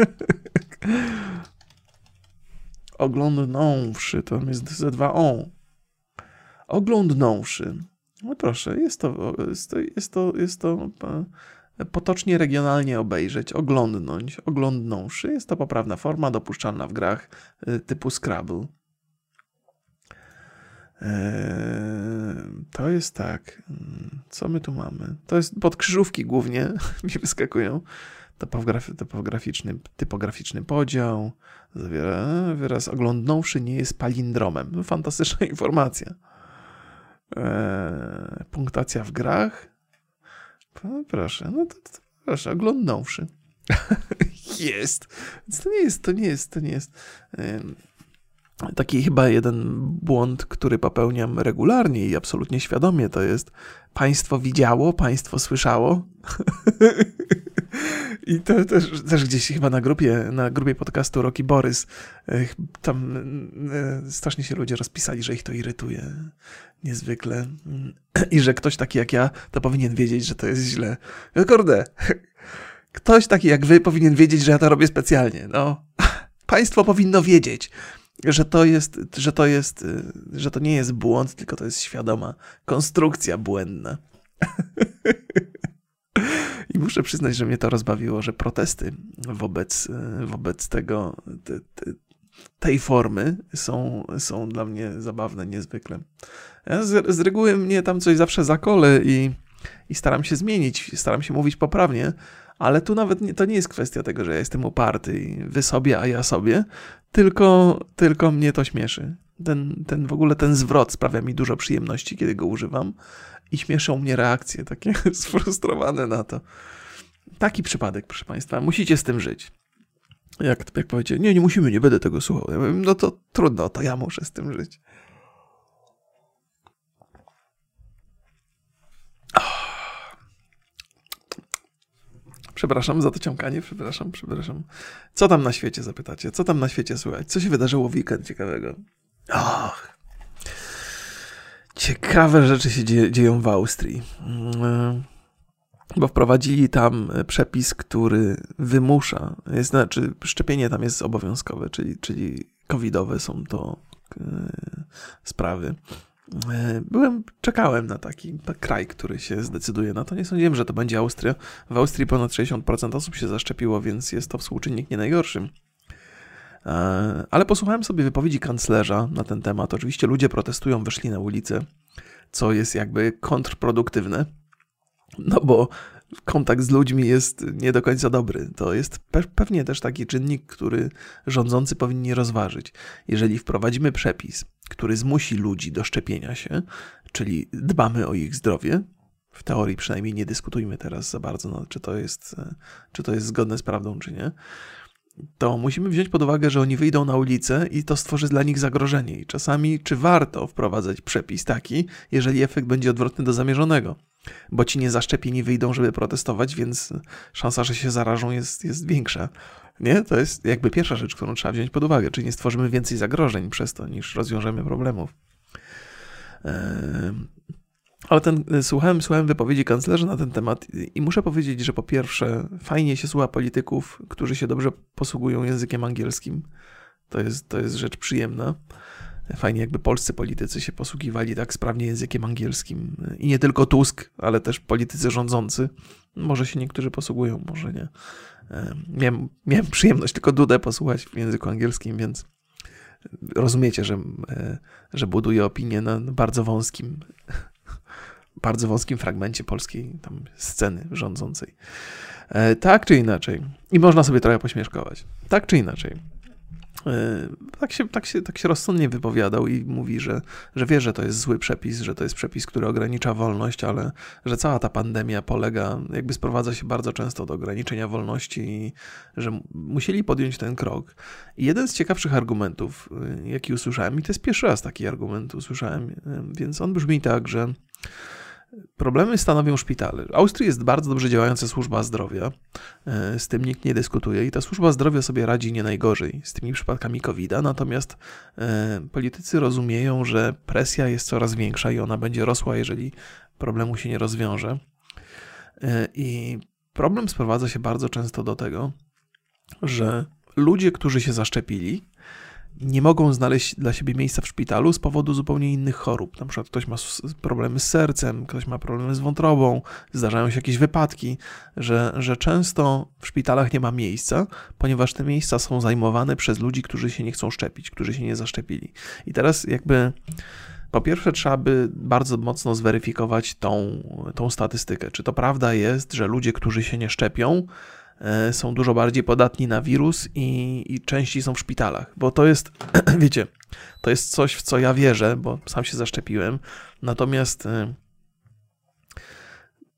Oglądnąwszy. To jest ze dwa o. Oglądnąwszy. No proszę, jest to, jest to, jest to, jest to potocznie, regionalnie obejrzeć. Oglądnąć. Oglądnąwszy. Jest to poprawna forma dopuszczalna w grach typu Scrabble. To jest tak. Co my tu mamy? To jest podkrzyżówki głównie mi wyskakują. Topografi- topograficzny, typograficzny podział. Zawiera wyraz oglądnąwszy nie jest palindromem. Fantastyczna informacja. Eee, punktacja w grach. No, proszę, no to, to proszę, oglądnąwszy. tak jest. Więc to nie jest, to nie jest, to nie jest... Yy, taki chyba jeden błąd, który popełniam regularnie i absolutnie świadomie, to jest państwo widziało, państwo słyszało. I to też, też gdzieś chyba na grupie, na grupie podcastu Rocky Borys tam strasznie się ludzie rozpisali, że ich to irytuje niezwykle i że ktoś taki jak ja to powinien wiedzieć, że to jest źle. No kurde, ktoś taki jak wy powinien wiedzieć, że ja to robię specjalnie. No, państwo powinno wiedzieć, że to jest, że to jest, że to nie jest błąd, tylko to jest świadoma konstrukcja błędna. I muszę przyznać, że mnie to rozbawiło, że protesty wobec, wobec tego, te, te, tej formy są, są dla mnie zabawne niezwykle. Ja z, z reguły mnie tam coś zawsze zakolę i, i staram się zmienić, staram się mówić poprawnie, ale tu nawet nie, to nie jest kwestia tego, że ja jestem uparty i wy sobie, a ja sobie, tylko, tylko mnie to śmieszy. Ten, ten w ogóle ten zwrot sprawia mi dużo przyjemności, kiedy go używam i śmieszą mnie reakcje takie sfrustrowane na to. Taki przypadek, proszę państwa, musicie z tym żyć. Jak, jak powiecie, nie, nie musimy, nie będę tego słuchał. Ja mówię, no to trudno, to ja muszę z tym żyć. Przepraszam za to ciąkanie, przepraszam, przepraszam. Co tam na świecie, zapytacie? Co tam na świecie słychać? Co się wydarzyło w weekend ciekawego? Och. Ciekawe rzeczy się dzieje, dzieją w Austrii. Bo wprowadzili tam przepis, który wymusza, jest, znaczy szczepienie tam jest obowiązkowe, czyli, czyli covidowe są to yy, sprawy. Byłem, czekałem na taki kraj, który się zdecyduje na to. Nie sądziłem, że to będzie Austria. W Austrii ponad sześćdziesiąt procent osób się zaszczepiło, więc jest to współczynnik nie najgorszy. Ale posłuchałem sobie wypowiedzi kanclerza na ten temat. Oczywiście ludzie protestują, wyszli na ulicę, co jest jakby kontrproduktywne, no bo kontakt z ludźmi jest nie do końca dobry. To jest pe- pewnie też taki czynnik, który rządzący powinni rozważyć. Jeżeli wprowadzimy przepis, który zmusi ludzi do szczepienia się, czyli dbamy o ich zdrowie, w teorii przynajmniej nie dyskutujmy teraz za bardzo, no, czy to jest, czy to jest zgodne z prawdą, czy nie, to musimy wziąć pod uwagę, że oni wyjdą na ulicę i to stworzy dla nich zagrożenie. I czasami, czy warto wprowadzać przepis taki, jeżeli efekt będzie odwrotny do zamierzonego? Bo ci niezaszczepieni wyjdą, żeby protestować, więc szansa, że się zarażą jest, jest większa. Nie? To jest jakby pierwsza rzecz, którą trzeba wziąć pod uwagę. Czyli nie stworzymy więcej zagrożeń przez to, niż rozwiążemy problemów. Eee... Ale ten, słuchałem, słuchałem wypowiedzi kanclerza na ten temat i muszę powiedzieć, że po pierwsze fajnie się słucha polityków, którzy się dobrze posługują językiem angielskim. To jest, to jest rzecz przyjemna. Fajnie jakby polscy politycy się posługiwali tak sprawnie językiem angielskim. I nie tylko Tusk, ale też politycy rządzący. Może się niektórzy posługują, może nie. Miałem, miałem przyjemność tylko Dudę posłuchać w języku angielskim, więc rozumiecie, że, że buduję opinię na bardzo wąskim bardzo wąskim fragmencie polskiej tam sceny rządzącej. E, tak czy inaczej. I można sobie trochę pośmieszkować. Tak czy inaczej. E, tak, się, tak, się, tak się rozsądnie wypowiadał i mówi, że, że wie, że to jest zły przepis, że to jest przepis, który ogranicza wolność, ale że cała ta pandemia polega, jakby sprowadza się bardzo często do ograniczenia wolności i że musieli podjąć ten krok. I jeden z ciekawszych argumentów, jaki usłyszałem, i to jest pierwszy raz taki argument usłyszałem, więc on brzmi tak, że problemy stanowią szpitale. W Austrii jest bardzo dobrze działająca służba zdrowia, z tym nikt nie dyskutuje i ta służba zdrowia sobie radzi nie najgorzej z tymi przypadkami kowida, natomiast politycy rozumieją, że presja jest coraz większa i ona będzie rosła, jeżeli problemu się nie rozwiąże. I problem sprowadza się bardzo często do tego, że ludzie, którzy się zaszczepili, nie mogą znaleźć dla siebie miejsca w szpitalu z powodu zupełnie innych chorób. Na przykład ktoś ma problemy z sercem, ktoś ma problemy z wątrobą, zdarzają się jakieś wypadki, że, że często w szpitalach nie ma miejsca, ponieważ te miejsca są zajmowane przez ludzi, którzy się nie chcą szczepić, którzy się nie zaszczepili. I teraz jakby po pierwsze trzeba by bardzo mocno zweryfikować tą, tą statystykę. Czy to prawda jest, że ludzie, którzy się nie szczepią, są dużo bardziej podatni na wirus i, i częściej są w szpitalach, bo to jest, wiecie, to jest coś, w co ja wierzę, bo sam się zaszczepiłem, natomiast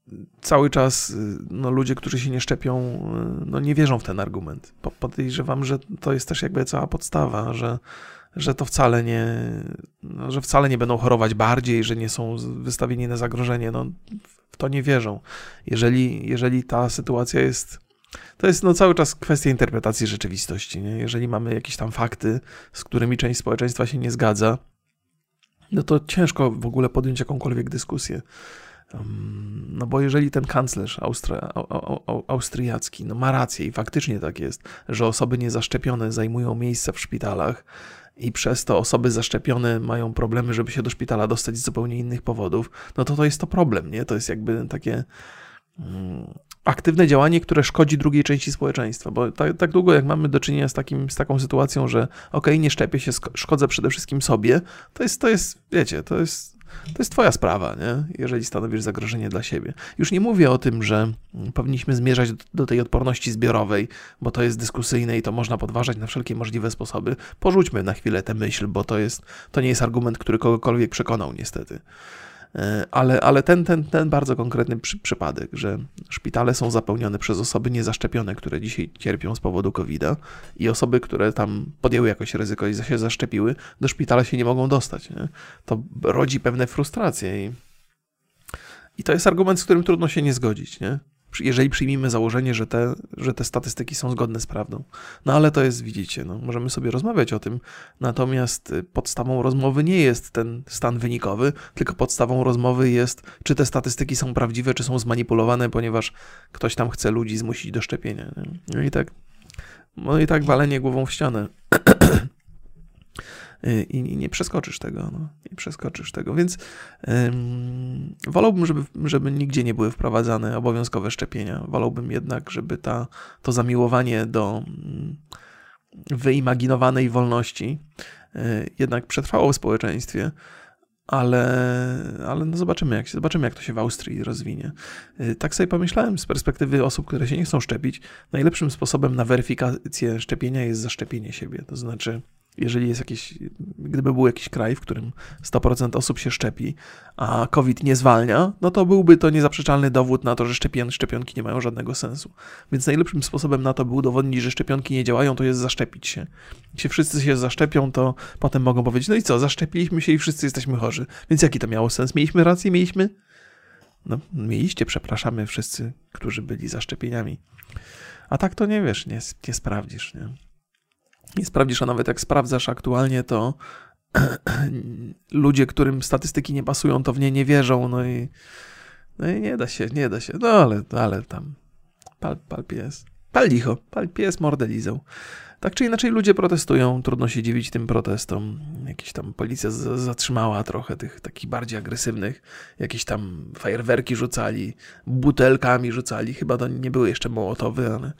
cały czas no, ludzie, którzy się nie szczepią, no, nie wierzą w ten argument. Podejrzewam, że to jest też jakby cała podstawa, że, że to wcale nie, no, że wcale nie będą chorować bardziej, że nie są wystawieni na zagrożenie. No, w to nie wierzą. Jeżeli, jeżeli ta sytuacja jest... To jest no, cały czas kwestia interpretacji rzeczywistości. Nie? Jeżeli mamy jakieś tam fakty, z którymi część społeczeństwa się nie zgadza, no to ciężko w ogóle podjąć jakąkolwiek dyskusję. No bo jeżeli ten kanclerz Austria, austriacki no ma rację i faktycznie tak jest, że osoby niezaszczepione zajmują miejsca w szpitalach i przez to osoby zaszczepione mają problemy, żeby się do szpitala dostać z zupełnie innych powodów, no to to jest to problem, nie? To jest jakby takie mm, aktywne działanie, które szkodzi drugiej części społeczeństwa, bo tak, tak długo jak mamy do czynienia z, takim, z taką sytuacją, że okej, okay, nie szczepię się, szkodzę przede wszystkim sobie, to jest, to jest wiecie, to jest To jest twoja sprawa, nie? Jeżeli stanowisz zagrożenie dla siebie. Już nie mówię o tym, że powinniśmy zmierzać do tej odporności zbiorowej, bo to jest dyskusyjne i to można podważać na wszelkie możliwe sposoby. Porzućmy na chwilę tę myśl, bo to jest, to nie jest argument, który kogokolwiek przekonał niestety. Ale, ale ten, ten, ten bardzo konkretny przy, przypadek, że szpitale są zapełnione przez osoby niezaszczepione, które dzisiaj cierpią z powodu kowida i osoby, które tam podjęły jakoś ryzyko i się zaszczepiły, do szpitala się nie mogą dostać. Nie? To rodzi pewne frustracje i, i to jest argument, z którym trudno się nie zgodzić, nie? Jeżeli przyjmijmy założenie, że te, że te statystyki są zgodne z prawdą. No ale to jest, widzicie, no, możemy sobie rozmawiać o tym, natomiast podstawą rozmowy nie jest ten stan wynikowy, tylko podstawą rozmowy jest, czy te statystyki są prawdziwe, czy są zmanipulowane, ponieważ ktoś tam chce ludzi zmusić do szczepienia. Nie? No i tak, no i tak walenie głową w ścianę. I nie przeskoczysz tego, no. Nie przeskoczysz tego, więc ym, wolałbym, żeby, żeby nigdzie nie były wprowadzane obowiązkowe szczepienia. Wolałbym jednak, żeby ta, to zamiłowanie do ym, wyimaginowanej wolności y, jednak przetrwało w społeczeństwie, ale, ale no zobaczymy, jak się, zobaczymy, jak to się w Austrii rozwinie. Y, tak sobie pomyślałem z perspektywy osób, które się nie chcą szczepić, najlepszym sposobem na weryfikację szczepienia jest zaszczepienie siebie, to znaczy jeżeli jest jakiś, gdyby był jakiś kraj, w którym sto procent osób się szczepi, a COVID nie zwalnia, no to byłby to niezaprzeczalny dowód na to, że szczepion, szczepionki nie mają żadnego sensu. Więc najlepszym sposobem na to, by udowodnić, że szczepionki nie działają, to jest zaszczepić się. Jeśli wszyscy się zaszczepią, to potem mogą powiedzieć, no i co, zaszczepiliśmy się i wszyscy jesteśmy chorzy. Więc jaki to miało sens? Mieliśmy rację? Mieliśmy? No, mieliście, przepraszamy wszyscy, którzy byli zaszczepieniami. A tak to nie wiesz, nie, nie sprawdzisz, nie? Nie sprawdzisz, a nawet jak sprawdzasz aktualnie, to ludzie, którym statystyki nie pasują, to w nie nie wierzą, no i, no i nie da się, nie da się, no ale, ale tam pal, pal pies, pal licho, pal pies mordę lizał. Tak czy inaczej ludzie protestują, trudno się dziwić tym protestom. Jakieś tam policja z- zatrzymała trochę tych takich bardziej agresywnych, jakieś tam fajerwerki rzucali, butelkami rzucali, chyba to nie były jeszcze mołotowy, ale...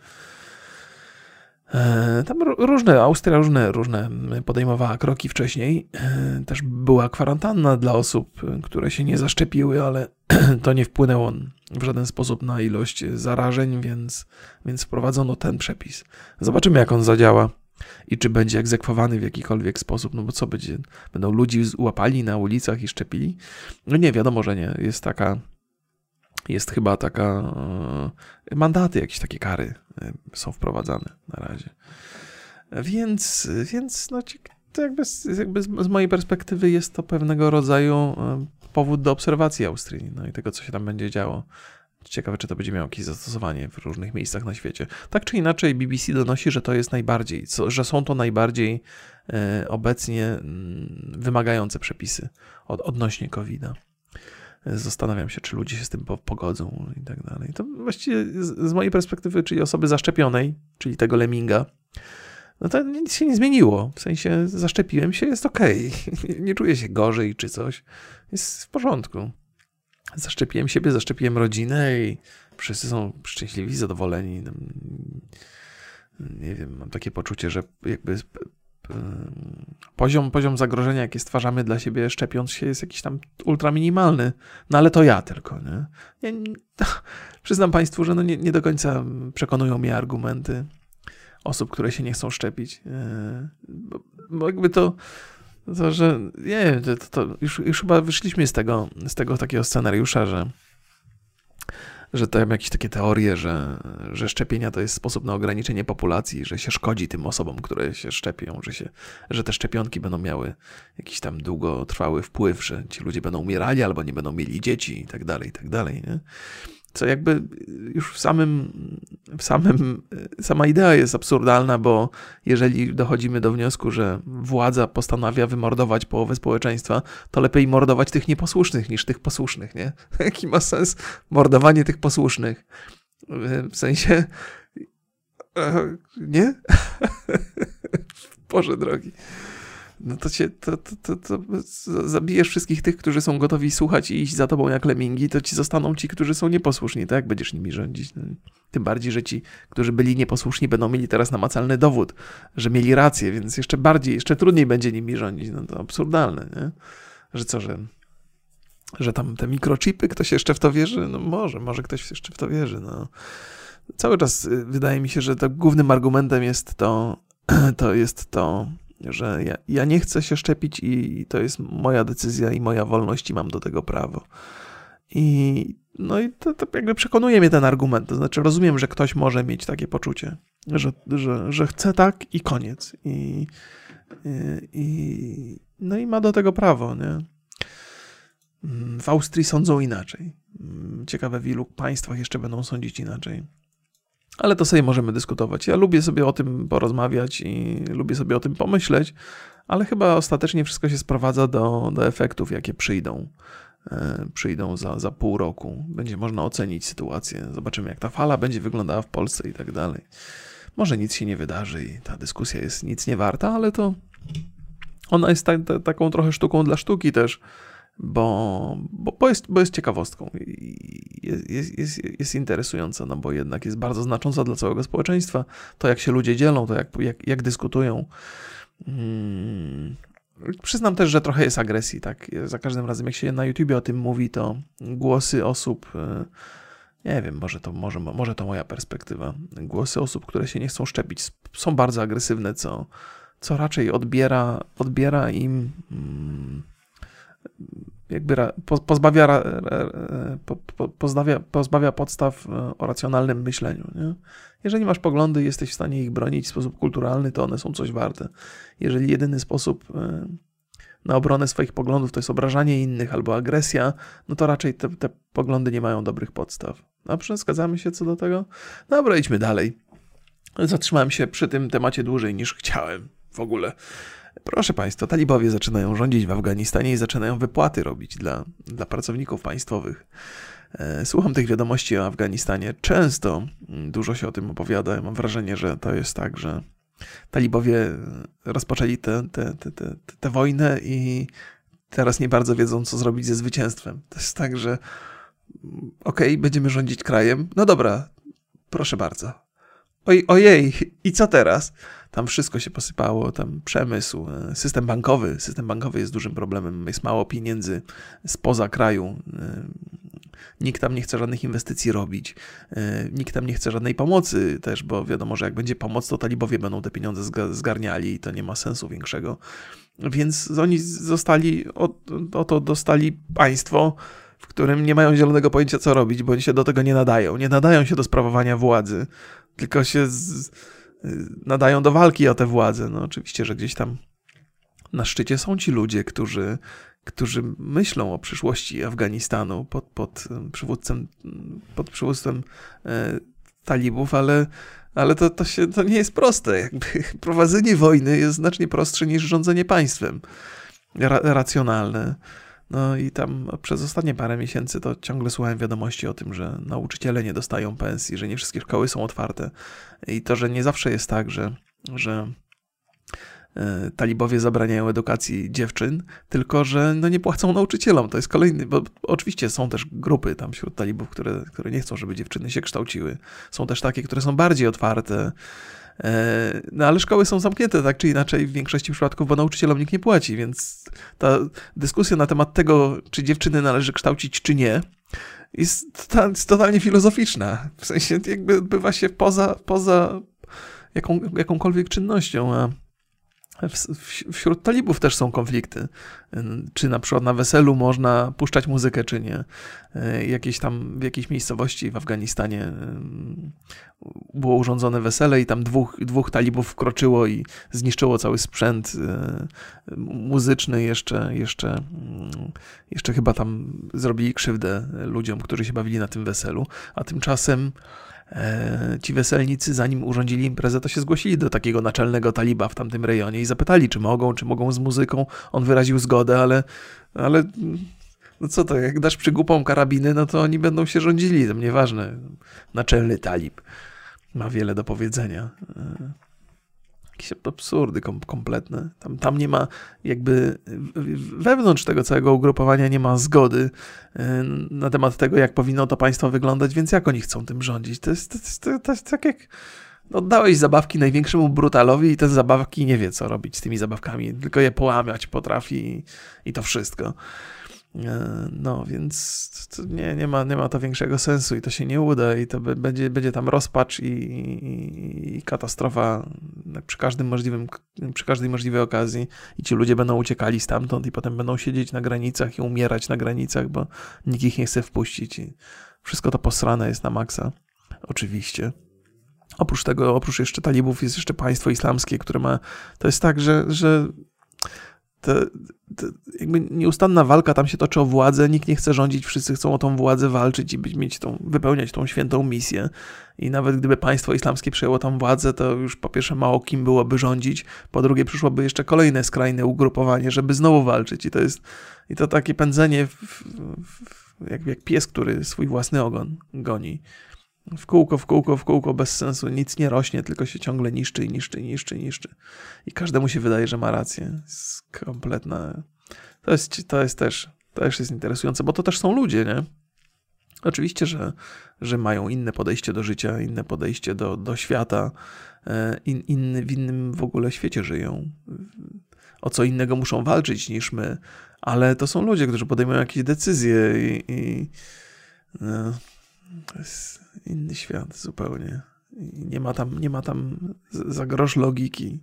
Tam różne, Austria różne, różne podejmowała kroki wcześniej. Też była kwarantanna dla osób, które się nie zaszczepiły, ale to nie wpłynęło w żaden sposób na ilość zarażeń, więc, więc wprowadzono ten przepis. Zobaczymy, jak on zadziała i czy będzie egzekwowany w jakikolwiek sposób, no bo co będzie? Będą ludzi łapali na ulicach i szczepili? No nie, wiadomo, że nie. Jest taka... Jest chyba taka, e, mandaty, jakieś takie kary e, są wprowadzane na razie. Więc, więc no, to jakby, z, jakby z mojej perspektywy jest to pewnego rodzaju e, powód do obserwacji Austrii, no i tego, co się tam będzie działo. Ciekawe, czy to będzie miało jakieś zastosowanie w różnych miejscach na świecie. Tak czy inaczej B B C donosi, że to jest najbardziej, co, że są to najbardziej e, obecnie m, wymagające przepisy od, odnośnie kowida. Zastanawiam się, czy ludzie się z tym pogodzą i tak dalej. To właściwie z, z mojej perspektywy, czyli osoby zaszczepionej, czyli tego Leminga, no to nic się nie zmieniło. W sensie zaszczepiłem się, jest okej. Okay. Nie czuję się gorzej czy coś. Jest w porządku. Zaszczepiłem siebie, zaszczepiłem rodzinę i wszyscy są szczęśliwi, zadowoleni. Nie wiem, mam takie poczucie, że jakby Poziom, poziom zagrożenia, jakie stwarzamy dla siebie szczepiąc się, jest jakiś tam ultra minimalny. No ale to ja tylko, nie? Ja, nie przyznam Państwu, że no nie, nie do końca przekonują mnie argumenty osób, które się nie chcą szczepić. Bo, bo jakby to, to że nie wiem, to, to już, już chyba wyszliśmy z tego, z tego takiego scenariusza, że że tam jakieś takie teorie, że, że szczepienia to jest sposób na ograniczenie populacji, że się szkodzi tym osobom, które się szczepią, że, się, że te szczepionki będą miały jakiś tam długotrwały wpływ, że ci ludzie będą umierali albo nie będą mieli dzieci i tak dalej, i tak dalej, nie? Co jakby już w samym, w samym, sama idea jest absurdalna, bo jeżeli dochodzimy do wniosku, że władza postanawia wymordować połowę społeczeństwa, to lepiej mordować tych nieposłusznych niż tych posłusznych, nie? Jaki ma sens mordowanie tych posłusznych? W sensie... Nie? Boże drogi. No to cię, to, to, to, to zabijesz wszystkich tych, którzy są gotowi słuchać i iść za tobą jak lemingi, to ci zostaną ci, którzy są nieposłuszni, tak? Jak będziesz nimi rządzić? No, tym bardziej, że ci, którzy byli nieposłuszni, będą mieli teraz namacalny dowód, że mieli rację, więc jeszcze bardziej, jeszcze trudniej będzie nimi rządzić. No to absurdalne, nie? Że co, że, że tam te mikrochipy, ktoś jeszcze w to wierzy? No może, może ktoś jeszcze w to wierzy, no. Cały czas wydaje mi się, że to głównym argumentem jest to, to jest to, że ja, ja nie chcę się szczepić i to jest moja decyzja i moja wolność i mam do tego prawo. I no i to, to jakby przekonuje mnie ten argument. To znaczy rozumiem, że ktoś może mieć takie poczucie, że, że, że chce tak i koniec. I, i, i, no i ma do tego prawo, nie? W Austrii sądzą inaczej. Ciekawe, w ilu państwach jeszcze będą sądzić inaczej. Ale to sobie możemy dyskutować. Ja lubię sobie o tym porozmawiać i lubię sobie o tym pomyśleć, ale chyba ostatecznie wszystko się sprowadza do, do efektów, jakie przyjdą. E, przyjdą za, za pół roku. Będzie można ocenić sytuację. Zobaczymy, jak ta fala będzie wyglądała w Polsce i tak dalej. Może nic się nie wydarzy i ta dyskusja jest nic nie warta, ale to ona jest ta, ta, taką trochę sztuką dla sztuki też, bo, bo, bo, jest, bo jest ciekawostką i jest, jest, jest, jest interesująca, no bo jednak jest bardzo znacząca dla całego społeczeństwa. To, jak się ludzie dzielą, to jak, jak, jak dyskutują. Hmm. Przyznam też, że trochę jest agresji, tak? Za każdym razem, jak się na YouTubie o tym mówi, to głosy osób, nie wiem, może to, może, może to moja perspektywa, głosy osób, które się nie chcą szczepić, są bardzo agresywne, co, co raczej odbiera, odbiera im... Hmm, jakby pozbawia, pozbawia, pozbawia podstaw o racjonalnym myśleniu. Nie? Jeżeli masz poglądy i jesteś w stanie ich bronić w sposób kulturalny, to one są coś warte. Jeżeli jedyny sposób na obronę swoich poglądów to jest obrażanie innych albo agresja, no to raczej te, te poglądy nie mają dobrych podstaw. Dobrze, zgadzamy się co do tego? Dobra, idźmy dalej. Zatrzymałem się przy tym temacie dłużej niż chciałem w ogóle. Proszę Państwa, talibowie zaczynają rządzić w Afganistanie i zaczynają wypłaty robić dla, dla pracowników państwowych. Słucham tych wiadomości o Afganistanie. Często dużo się o tym opowiada. Mam wrażenie, że to jest tak, że talibowie rozpoczęli tę te, te, te, te wojnę i teraz nie bardzo wiedzą, co zrobić ze zwycięstwem. To jest tak, że okej, okay, będziemy rządzić krajem. No dobra, proszę bardzo. Oj, ojej, i co teraz? Tam wszystko się posypało, tam przemysł, system bankowy. System bankowy jest dużym problemem, jest mało pieniędzy spoza kraju. Nikt tam nie chce żadnych inwestycji robić. Nikt tam nie chce żadnej pomocy też, bo wiadomo, że jak będzie pomoc, to talibowie będą te pieniądze zgarniali i to nie ma sensu większego. Więc oni zostali, oto dostali państwo, w którym nie mają zielonego pojęcia, co robić, bo oni się do tego nie nadają. Nie nadają się do sprawowania władzy, tylko się z, nadają do walki o tę władzę. No oczywiście, że gdzieś tam na szczycie są ci ludzie, którzy, którzy myślą o przyszłości Afganistanu pod, pod przywódcem, pod przywództwem e, talibów, ale, ale to, to, się, to nie jest proste. Jakby prowadzenie wojny jest znacznie prostsze niż rządzenie państwem. Ra, racjonalne. No i tam przez ostatnie parę miesięcy to ciągle słuchałem wiadomości o tym, że nauczyciele nie dostają pensji, że nie wszystkie szkoły są otwarte i to, że nie zawsze jest tak, że, że e, talibowie zabraniają edukacji dziewczyn, tylko że no nie płacą nauczycielom. To jest kolejny, bo oczywiście są też grupy tam wśród talibów, które, które nie chcą, żeby dziewczyny się kształciły. Są też takie, które są bardziej otwarte. No ale szkoły są zamknięte tak czy inaczej w większości przypadków, bo nauczycielom nikt nie płaci, więc ta dyskusja na temat tego, czy dziewczyny należy kształcić, czy nie, jest, to, jest totalnie filozoficzna. W sensie jakby odbywa się poza, poza jaką, jakąkolwiek czynnością, a Wśród talibów też są konflikty. Czy na przykład na weselu można puszczać muzykę, czy nie. Jakieś tam w jakiejś miejscowości w Afganistanie było urządzone wesele i tam dwóch, dwóch talibów wkroczyło i zniszczyło cały sprzęt muzyczny. Jeszcze, jeszcze, jeszcze chyba tam zrobili krzywdę ludziom, którzy się bawili na tym weselu. A tymczasem ci weselnicy, zanim urządzili imprezę, to się zgłosili do takiego naczelnego taliba w tamtym rejonie i zapytali, czy mogą, czy mogą z muzyką. On wyraził zgodę, ale, ale no co to, jak dasz przygłupom karabiny, no to oni będą się rządzili, to nieważne. Naczelny talib ma wiele do powiedzenia. Jakieś absurdy kom- kompletne. Tam, tam nie ma jakby wewnątrz tego całego ugrupowania nie ma zgody na temat tego, jak powinno to państwo wyglądać, więc jak oni chcą tym rządzić? To jest, to jest, to jest, to jest tak jak oddałeś zabawki największemu brutalowi i ten zabawki nie wie, co robić z tymi zabawkami, tylko je połamiać potrafi i, i to wszystko. No, więc to nie, nie, ma, nie ma to większego sensu i to się nie uda i to będzie, będzie tam rozpacz i, i, i katastrofa przy każdym możliwym, przy każdej możliwej okazji i ci ludzie będą uciekali stamtąd i potem będą siedzieć na granicach i umierać na granicach, bo nikt ich nie chce wpuścić i wszystko to posrane jest na maksa, oczywiście. Oprócz tego, oprócz jeszcze talibów jest jeszcze państwo islamskie, które ma, to jest tak, że, że te, te jakby nieustanna walka tam się toczy o władzę, nikt nie chce rządzić, wszyscy chcą o tą władzę walczyć i być, mieć tą, wypełniać tą świętą misję. I nawet gdyby państwo islamskie przejęło tam władzę, to już po pierwsze mało kim byłoby rządzić, po drugie przyszłoby jeszcze kolejne skrajne ugrupowanie, żeby znowu walczyć. I to jest i to takie pędzenie w, w, jak, jak pies, który swój własny ogon goni. W kółko, w kółko, w kółko, bez sensu, nic nie rośnie, tylko się ciągle niszczy i niszczy, niszczy, niszczy. I każdemu się wydaje, że ma rację. Jest kompletna. To jest, to jest też, to też jest interesujące, bo to też są ludzie, nie? Oczywiście, że, że mają inne podejście do życia, inne podejście do, do świata, in, inny, w innym w ogóle świecie żyją. O co innego muszą walczyć niż my, ale to są ludzie, którzy podejmują jakieś decyzje i, i no, to jest inny świat zupełnie. I nie ma tam, nie ma tam za grosz logiki.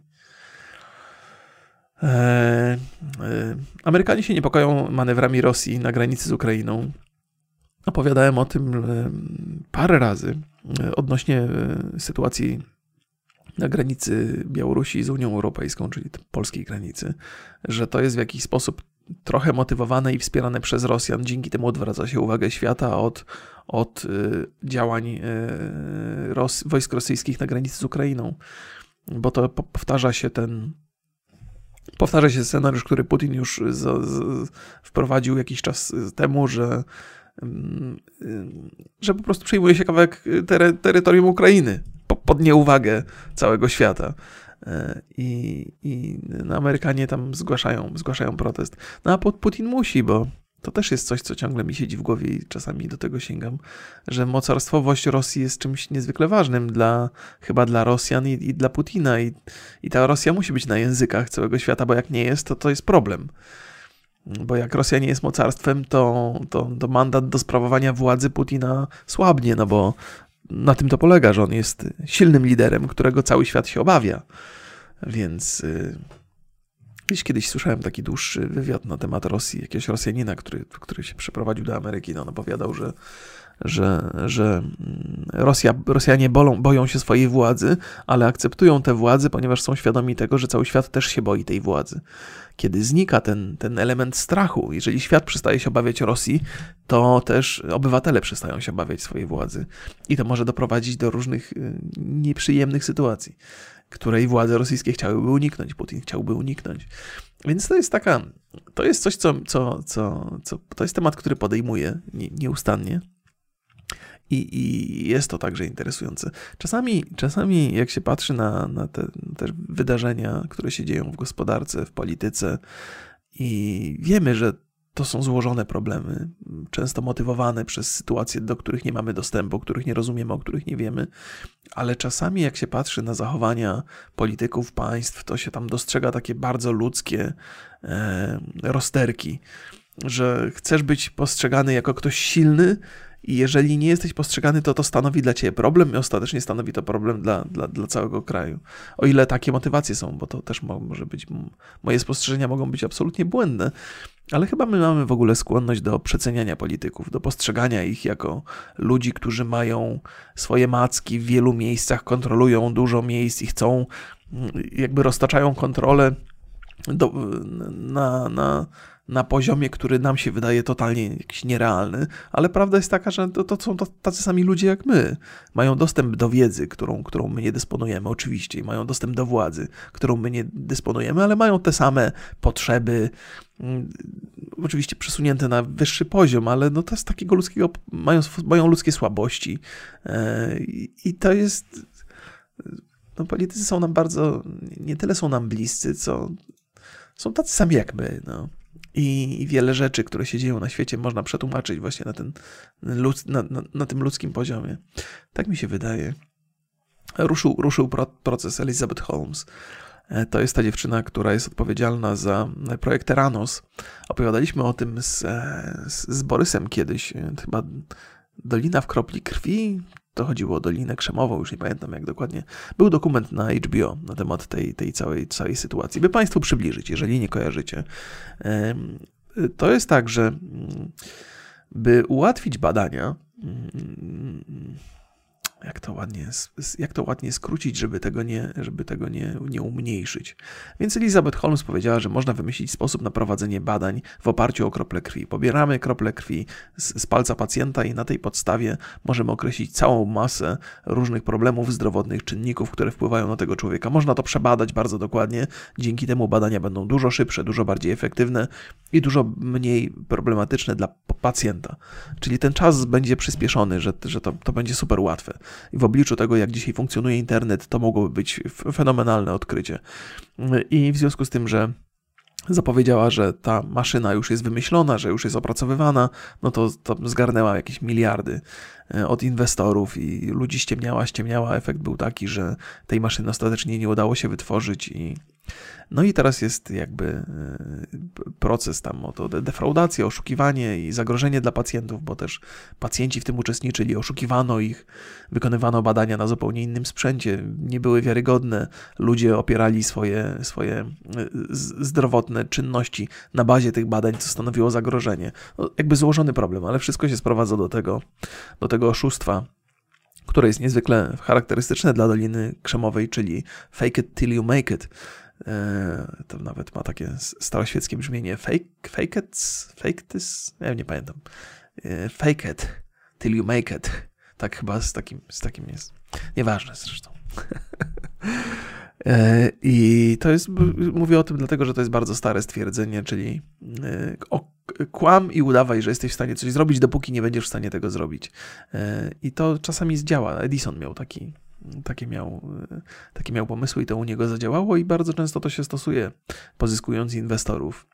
E, e, Amerykanie się niepokoją manewrami Rosji na granicy z Ukrainą. Opowiadałem o tym e, parę razy e, odnośnie e, sytuacji na granicy Białorusi z Unią Europejską, czyli polskiej granicy, że to jest w jakiś sposób trochę motywowane i wspierane przez Rosjan. Dzięki temu odwraca się uwagę świata od, od y, działań y, Ros- wojsk rosyjskich na granicy z Ukrainą. Bo to po- powtarza się ten powtarza się scenariusz, który Putin już z, z, wprowadził jakiś czas temu, że, y, y, że po prostu przejmuje się kawałek tery- terytorium Ukrainy po, pod nieuwagę całego świata. I, i no, Amerykanie tam zgłaszają, zgłaszają protest. No a Putin musi, bo to też jest coś, co ciągle mi siedzi w głowie i czasami do tego sięgam, że mocarstwowość Rosji jest czymś niezwykle ważnym dla, chyba dla Rosjan i, i dla Putina i, i ta Rosja musi być na językach całego świata, bo jak nie jest, to to jest problem. Bo jak Rosja nie jest mocarstwem, to, to, to mandat do sprawowania władzy Putina słabnie, no bo na tym to polega, że on jest silnym liderem, którego cały świat się obawia. Więc yy, gdzieś kiedyś słyszałem taki dłuższy wywiad na temat Rosji, jakiegoś Rosjanina, który, który się przeprowadził do Ameryki. No, on opowiadał, że, że, że Rosja, Rosjanie bolą, boją się swojej władzy, ale akceptują tę władzę, ponieważ są świadomi tego, że cały świat też się boi tej władzy. Kiedy znika ten, ten element strachu, jeżeli świat przestaje się obawiać Rosji, to też obywatele przestają się obawiać swojej władzy. I to może doprowadzić do różnych nieprzyjemnych sytuacji, której władze rosyjskie chciałyby uniknąć, Putin chciałby uniknąć. Więc to jest taka, to jest coś, co, co, co, co to jest temat, który podejmuję nie, nieustannie. I, I jest to także interesujące. Czasami, czasami jak się patrzy na, na te, te wydarzenia, które się dzieją w gospodarce, w polityce i wiemy, że to są złożone problemy, często motywowane przez sytuacje, do których nie mamy dostępu, których nie rozumiemy, o których nie wiemy, ale czasami jak się patrzy na zachowania polityków państw, to się tam dostrzega takie bardzo ludzkie e, rozterki, że chcesz być postrzegany jako ktoś silny I jeżeli nie jesteś postrzegany, to to stanowi dla ciebie problem i ostatecznie stanowi to problem dla, dla, dla całego kraju. O ile takie motywacje są, bo to też może być, moje spostrzeżenia mogą być absolutnie błędne, ale chyba my mamy w ogóle skłonność do przeceniania polityków, do postrzegania ich jako ludzi, którzy mają swoje macki w wielu miejscach, kontrolują dużo miejsc i chcą, jakby roztaczają kontrolę do, na, na, na poziomie, który nam się wydaje totalnie jakiś nierealny, ale prawda jest taka, że to, to są tacy sami ludzie jak my. Mają dostęp do wiedzy, którą, którą my nie dysponujemy, oczywiście, i mają dostęp do władzy, którą my nie dysponujemy, ale mają te same potrzeby, oczywiście przesunięte na wyższy poziom, ale no to z takiego ludzkiego, mają, mają ludzkie słabości i, i to jest, no politycy są nam bardzo, nie tyle są nam bliscy, co są tacy sami jak my, no. I, I wiele rzeczy, które się dzieją na świecie, można przetłumaczyć właśnie na, ten, ludz, na, na, na tym ludzkim poziomie. Tak mi się wydaje. Ruszył, ruszył pro, proces Elizabeth Holmes. To jest ta dziewczyna, która jest odpowiedzialna za projekt Theranos. Opowiadaliśmy o tym z, z, z Borysem kiedyś. Chyba Dolina w kropli krwi. To chodziło o Dolinę Krzemową, już nie pamiętam jak dokładnie. Był dokument na H B O na temat tej, tej całej, całej sytuacji. By Państwu przybliżyć, jeżeli nie kojarzycie. To jest tak, że by ułatwić badania, jak to ładnie, jak to ładnie skrócić, żeby tego, nie, żeby tego nie, nie umniejszyć. Więc Elizabeth Holmes powiedziała, że można wymyślić sposób na prowadzenie badań w oparciu o krople krwi. Pobieramy krople krwi z, z palca pacjenta i na tej podstawie możemy określić całą masę różnych problemów zdrowotnych, czynników, które wpływają na tego człowieka. Można to przebadać bardzo dokładnie. Dzięki temu badania będą dużo szybsze, dużo bardziej efektywne i dużo mniej problematyczne dla pacjenta. Czyli ten czas będzie przyspieszony, że, że to, to będzie super łatwe. I w obliczu tego, jak dzisiaj funkcjonuje internet, to mogłoby być fenomenalne odkrycie. I w związku z tym, że zapowiedziała, że ta maszyna już jest wymyślona, że już jest opracowywana, no to, to zgarnęła jakieś miliardy od inwestorów i ludzi ściemniała, ściemniała. Efekt był taki, że tej maszyny ostatecznie nie udało się wytworzyć i no i teraz jest jakby proces tam o to defraudację, oszukiwanie i zagrożenie dla pacjentów, bo też pacjenci w tym uczestniczyli, oszukiwano ich, wykonywano badania na zupełnie innym sprzęcie, nie były wiarygodne, ludzie opierali swoje, swoje zdrowotne czynności na bazie tych badań, co stanowiło zagrożenie. No, jakby złożony problem, ale wszystko się sprowadza do tego, do tego oszustwa, które jest niezwykle charakterystyczne dla Doliny Krzemowej, czyli fake it till you make it. To nawet ma takie staroświeckie brzmienie. Fake, fake it, fake this, ja nie pamiętam. Fake it till you make it. Tak chyba z takim, z takim jest. Nieważne zresztą. I to jest, mówię o tym dlatego, że to jest bardzo stare stwierdzenie, czyli o, kłam i udawaj, że jesteś w stanie coś zrobić, dopóki nie będziesz w stanie tego zrobić. I to czasami zdziała. Edison miał taki Takie miał, takie miał pomysły i to u niego zadziałało i bardzo często to się stosuje, pozyskując inwestorów.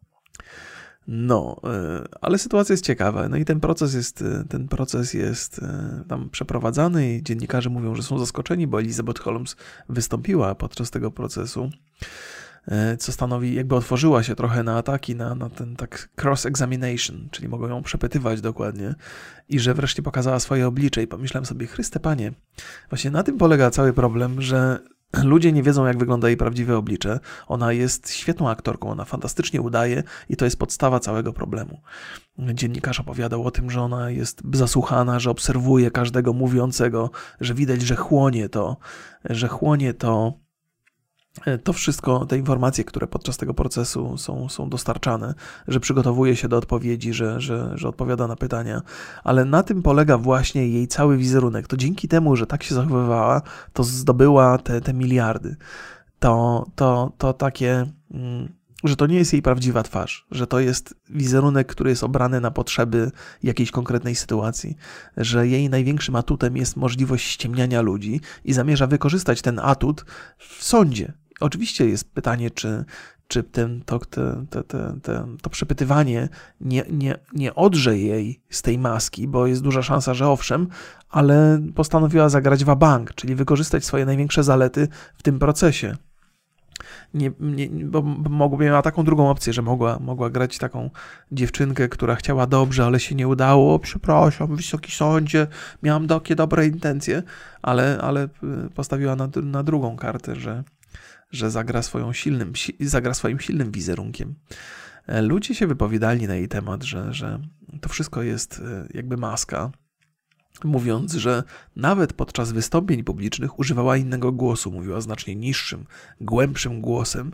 No, ale sytuacja jest ciekawa. No i ten proces jest, ten proces jest tam przeprowadzany i dziennikarze mówią, że są zaskoczeni, bo Elizabeth Holmes wystąpiła podczas tego procesu, co stanowi, jakby otworzyła się trochę na ataki, na, na ten tak cross-examination, czyli mogą ją przepytywać dokładnie i że wreszcie pokazała swoje oblicze i pomyślałem sobie, Chryste Panie, właśnie na tym polega cały problem, że ludzie nie wiedzą, jak wygląda jej prawdziwe oblicze. Ona jest świetną aktorką, ona fantastycznie udaje i to jest podstawa całego problemu. Dziennikarz opowiadał o tym, że ona jest zasłuchana, że obserwuje każdego mówiącego, że widać, że chłonie to, że chłonie to To wszystko, te informacje, które podczas tego procesu są, są dostarczane, że przygotowuje się do odpowiedzi, że, że, że odpowiada na pytania, ale na tym polega właśnie jej cały wizerunek. To dzięki temu, że tak się zachowywała, to zdobyła te, te miliardy. To, to, to takie, że to nie jest jej prawdziwa twarz, że to jest wizerunek, który jest obrany na potrzeby jakiejś konkretnej sytuacji, że jej największym atutem jest możliwość ściemniania ludzi i zamierza wykorzystać ten atut w sądzie. Oczywiście jest pytanie, czy, czy ten, to, te, te, te, te, to przepytywanie nie, nie, nie odrze jej z tej maski, bo jest duża szansa, że owszem, ale postanowiła zagrać wa bank, czyli wykorzystać swoje największe zalety w tym procesie. nie, nie, bo, bo mogła, miała taką drugą opcję, że mogła, mogła grać taką dziewczynkę, która chciała dobrze, ale się nie udało. Przepraszam, wysoki sądzie, miałam takie dobre intencje, ale, ale postawiła na, na drugą kartę, że, że zagra, swoją silnym, zagra swoim silnym wizerunkiem. Ludzie się wypowiadali na jej temat, że, że to wszystko jest jakby maska, mówiąc, że nawet podczas wystąpień publicznych używała innego głosu, mówiła znacznie niższym, głębszym głosem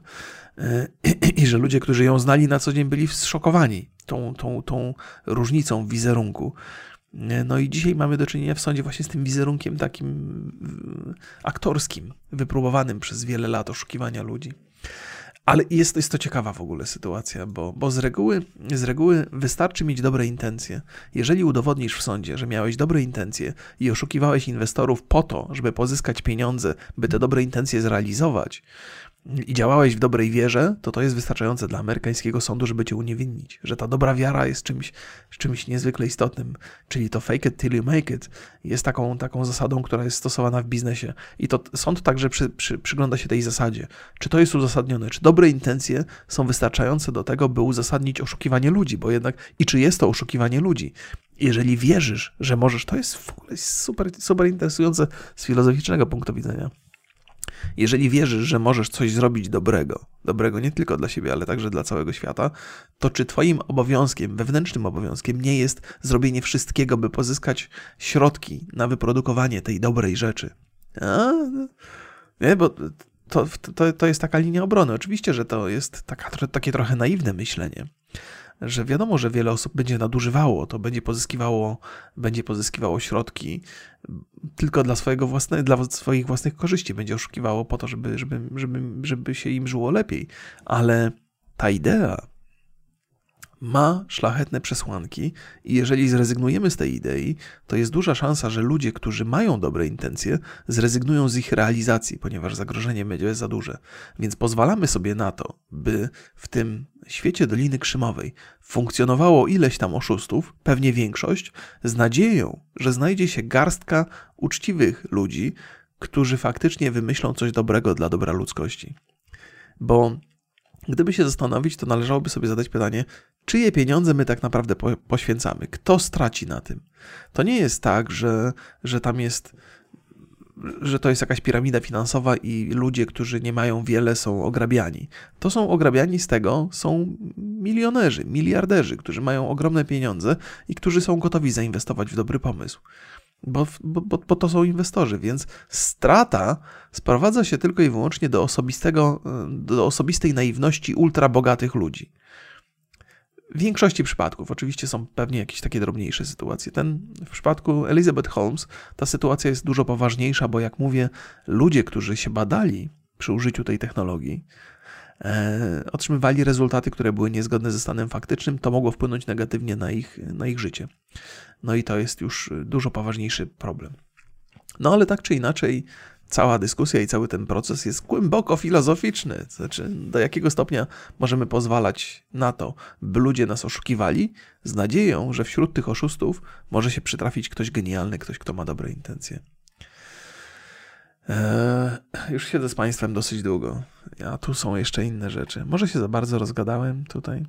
i że ludzie, którzy ją znali na co dzień, byli zszokowani tą, tą, tą różnicą w wizerunku. No i dzisiaj mamy do czynienia w sądzie właśnie z tym wizerunkiem takim aktorskim, wypróbowanym przez wiele lat oszukiwania ludzi. Ale jest, jest to ciekawa w ogóle sytuacja, bo, bo z, reguły, z reguły wystarczy mieć dobre intencje. Jeżeli udowodnisz w sądzie, że miałeś dobre intencje i oszukiwałeś inwestorów po to, żeby pozyskać pieniądze, by te dobre intencje zrealizować i działałeś w dobrej wierze, to to jest wystarczające dla amerykańskiego sądu, żeby cię uniewinnić. Że ta dobra wiara jest czymś, czymś niezwykle istotnym. Czyli to fake it till you make it jest taką, taką zasadą, która jest stosowana w biznesie. I to sąd także przy, przy, przygląda się tej zasadzie. Czy to jest uzasadnione? Czy dobre intencje są wystarczające do tego, by uzasadnić oszukiwanie ludzi? Bo jednak i czy jest to oszukiwanie ludzi? Jeżeli wierzysz, że możesz, to jest w ogóle super, super interesujące z filozoficznego punktu widzenia. Jeżeli wierzysz, że możesz coś zrobić dobrego, dobrego nie tylko dla siebie, ale także dla całego świata, to czy twoim obowiązkiem, wewnętrznym obowiązkiem nie jest zrobienie wszystkiego, by pozyskać środki na wyprodukowanie tej dobrej rzeczy? A, nie, bo to, to, to jest taka linia obrony. Oczywiście, że to jest taka, takie trochę naiwne myślenie, że wiadomo, że wiele osób będzie nadużywało, to będzie pozyskiwało, będzie pozyskiwało środki tylko dla swojego własnego, dla swoich własnych korzyści, będzie oszukiwało po to, żeby, żeby, żeby, żeby się im żyło lepiej. Ale ta idea ma szlachetne przesłanki i jeżeli zrezygnujemy z tej idei, to jest duża szansa, że ludzie, którzy mają dobre intencje, zrezygnują z ich realizacji, ponieważ zagrożenie będzie za duże. Więc pozwalamy sobie na to, by w tym świecie Doliny Krzymowej funkcjonowało ileś tam oszustów, pewnie większość, z nadzieją, że znajdzie się garstka uczciwych ludzi, którzy faktycznie wymyślą coś dobrego dla dobra ludzkości. Bo gdyby się zastanowić, to należałoby sobie zadać pytanie, czyje pieniądze my tak naprawdę po, poświęcamy? Kto straci na tym? To nie jest tak, że, że tam jest, że to jest jakaś piramida finansowa i ludzie, którzy nie mają wiele, są ograbiani. To są ograbiani z tego, są milionerzy, miliarderzy, którzy mają ogromne pieniądze i którzy są gotowi zainwestować w dobry pomysł. Bo, bo, bo to są inwestorzy, więc strata sprowadza się tylko i wyłącznie do osobistego, do osobistej naiwności ultrabogatych ludzi. W większości przypadków, oczywiście są pewnie jakieś takie drobniejsze sytuacje. Ten, w przypadku Elizabeth Holmes ta sytuacja jest dużo poważniejsza, bo jak mówię, ludzie, którzy się badali przy użyciu tej technologii, e, otrzymywali rezultaty, które były niezgodne ze stanem faktycznym, to mogło wpłynąć negatywnie na ich, na ich życie. No i to jest już dużo poważniejszy problem. No ale tak czy inaczej, cała dyskusja i cały ten proces jest głęboko filozoficzny. Znaczy, do jakiego stopnia możemy pozwalać na to, by ludzie nas oszukiwali, z nadzieją, że wśród tych oszustów może się przytrafić ktoś genialny, ktoś, kto ma dobre intencje. Eee, już siedzę z Państwem dosyć długo, a tu są jeszcze inne rzeczy. Może się za bardzo rozgadałem tutaj.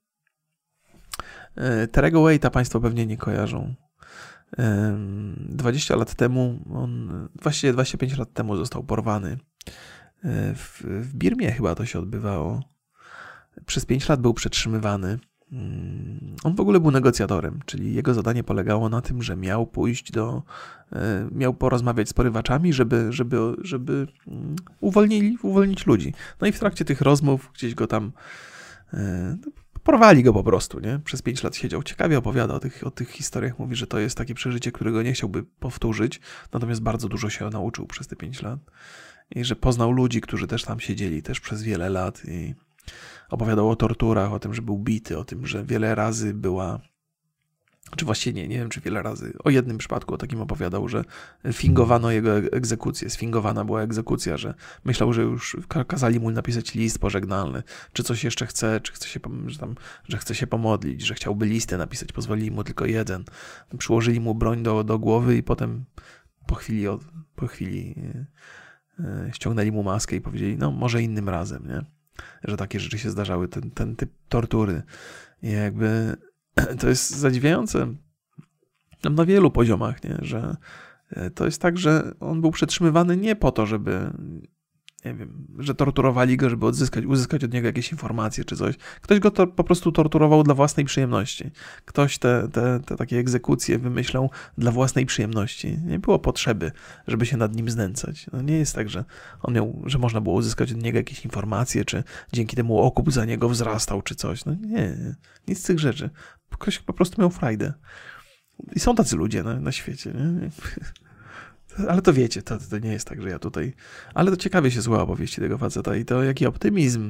Eee, Terego Waite'a Państwo pewnie nie kojarzą. dwadzieścia lat temu, on, właściwie dwadzieścia pięć lat temu został porwany. W, w Birmie chyba to się odbywało. Przez pięć lat był przetrzymywany. On w ogóle był negocjatorem, czyli jego zadanie polegało na tym, że miał pójść do, miał porozmawiać z porywaczami, żeby, żeby, żeby uwolnili, uwolnić ludzi. No i w trakcie tych rozmów gdzieś go tam porwali go po prostu, nie? Przez pięć lat siedział. Ciekawie opowiada o tych, o tych historiach. Mówi, że to jest takie przeżycie, którego nie chciałby powtórzyć, natomiast bardzo dużo się nauczył przez te pięć lat. I że poznał ludzi, którzy też tam siedzieli też przez wiele lat i opowiadał o torturach, o tym, że był bity, o tym, że wiele razy była, czy właściwie nie, nie wiem, czy wiele razy, o jednym przypadku o takim opowiadał, że fingowano jego egzekucję, sfingowana była egzekucja, że myślał, że już kazali mu napisać list pożegnalny, czy coś jeszcze chce, czy chce się, że, tam, że chce się pomodlić, że chciałby listę napisać, pozwolili mu tylko jeden. Przyłożyli mu broń do, do głowy i potem po chwili, po chwili ściągnęli mu maskę i powiedzieli, no może innym razem, nie? Że takie rzeczy się zdarzały, ten, ten typ tortury. I jakby to jest zadziwiające na wielu poziomach, nie? Że to jest tak, że on był przetrzymywany nie po to, żeby, nie wiem, że torturowali go, żeby odzyskać, uzyskać od niego jakieś informacje czy coś. Ktoś go to po prostu torturował dla własnej przyjemności. Ktoś te, te, te takie egzekucje wymyślał dla własnej przyjemności. Nie było potrzeby, żeby się nad nim znęcać. No nie jest tak, że on miał, że można było uzyskać od niego jakieś informacje, czy dzięki temu okup za niego wzrastał, czy coś. No nie, nie. Nic z tych rzeczy. Ktoś po prostu miał frajdę. I są tacy ludzie na, na świecie, nie? Ale to wiecie, to, to nie jest tak, że ja tutaj... Ale to ciekawie się słucha opowieści tego faceta i to jaki optymizm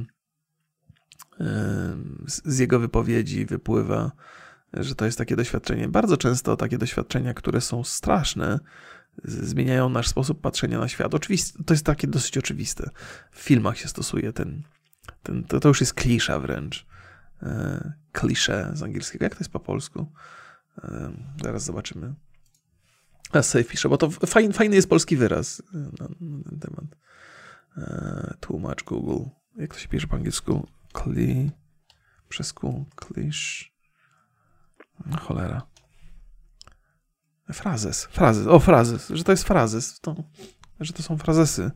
z, z jego wypowiedzi wypływa, że to jest takie doświadczenie. Bardzo często takie doświadczenia, które są straszne, zmieniają nasz sposób patrzenia na świat. Oczywiste, to jest takie dosyć oczywiste. W filmach się stosuje ten... ten to, to już jest klisza wręcz. Klisze z angielskiego. Jak to jest po polsku? Zaraz zobaczymy. A sobie piszę, bo to fajny, fajny jest polski wyraz na, na ten temat. Tłumacz Google. Jak to się pisze po angielsku? Kli... Przez Q. Klisz... No, cholera. Frazes. Frazes. O, frazes. Że to jest frazes. To, że to są frazesy.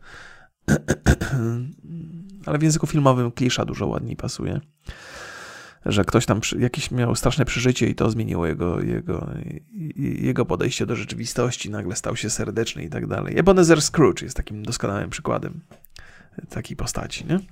Ale w języku filmowym klisza dużo ładniej pasuje. Że ktoś tam przy, jakieś miał straszne przeżycie i to zmieniło jego, jego, jego podejście do rzeczywistości, nagle stał się serdeczny i tak dalej. Ebenezer Scrooge jest takim doskonałym przykładem takiej postaci, nie?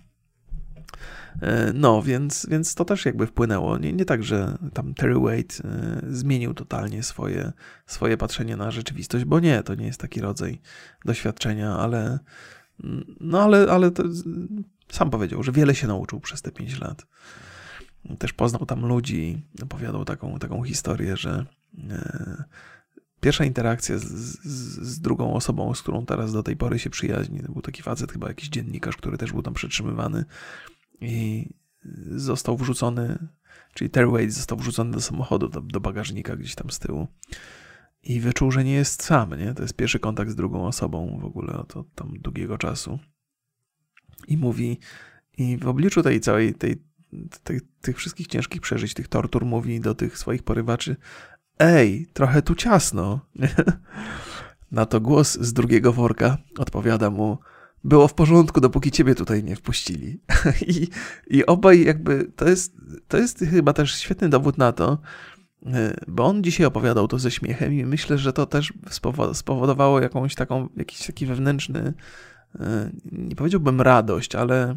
No, więc, więc to też jakby wpłynęło. Nie, nie tak, że tam Terry Wade zmienił totalnie swoje, swoje patrzenie na rzeczywistość, bo nie, to nie jest taki rodzaj doświadczenia, ale no ale, ale to sam powiedział, że wiele się nauczył przez te pięć lat. Też poznał tam ludzi, opowiadał taką, taką historię, że e, pierwsza interakcja z, z, z drugą osobą, z którą teraz do tej pory się przyjaźni, to był taki facet, chyba jakiś dziennikarz, który też był tam przetrzymywany i został wrzucony, czyli Terry Wade został wrzucony do samochodu, do, do bagażnika gdzieś tam z tyłu i wyczuł, że nie jest sam, nie? To jest pierwszy kontakt z drugą osobą w ogóle od, od tam długiego czasu i mówi, i w obliczu tej całej tej Tych, tych wszystkich ciężkich przeżyć, tych tortur, mówi do tych swoich porywaczy: ej, trochę tu ciasno. Na to głos z drugiego worka odpowiada mu: było w porządku, dopóki ciebie tutaj nie wpuścili. I, i obaj jakby, to jest, to jest chyba też świetny dowód na to, bo on dzisiaj opowiadał to ze śmiechem i myślę, że to też spowodowało jakąś taką, jakiś taki wewnętrzny, nie powiedziałbym radość, ale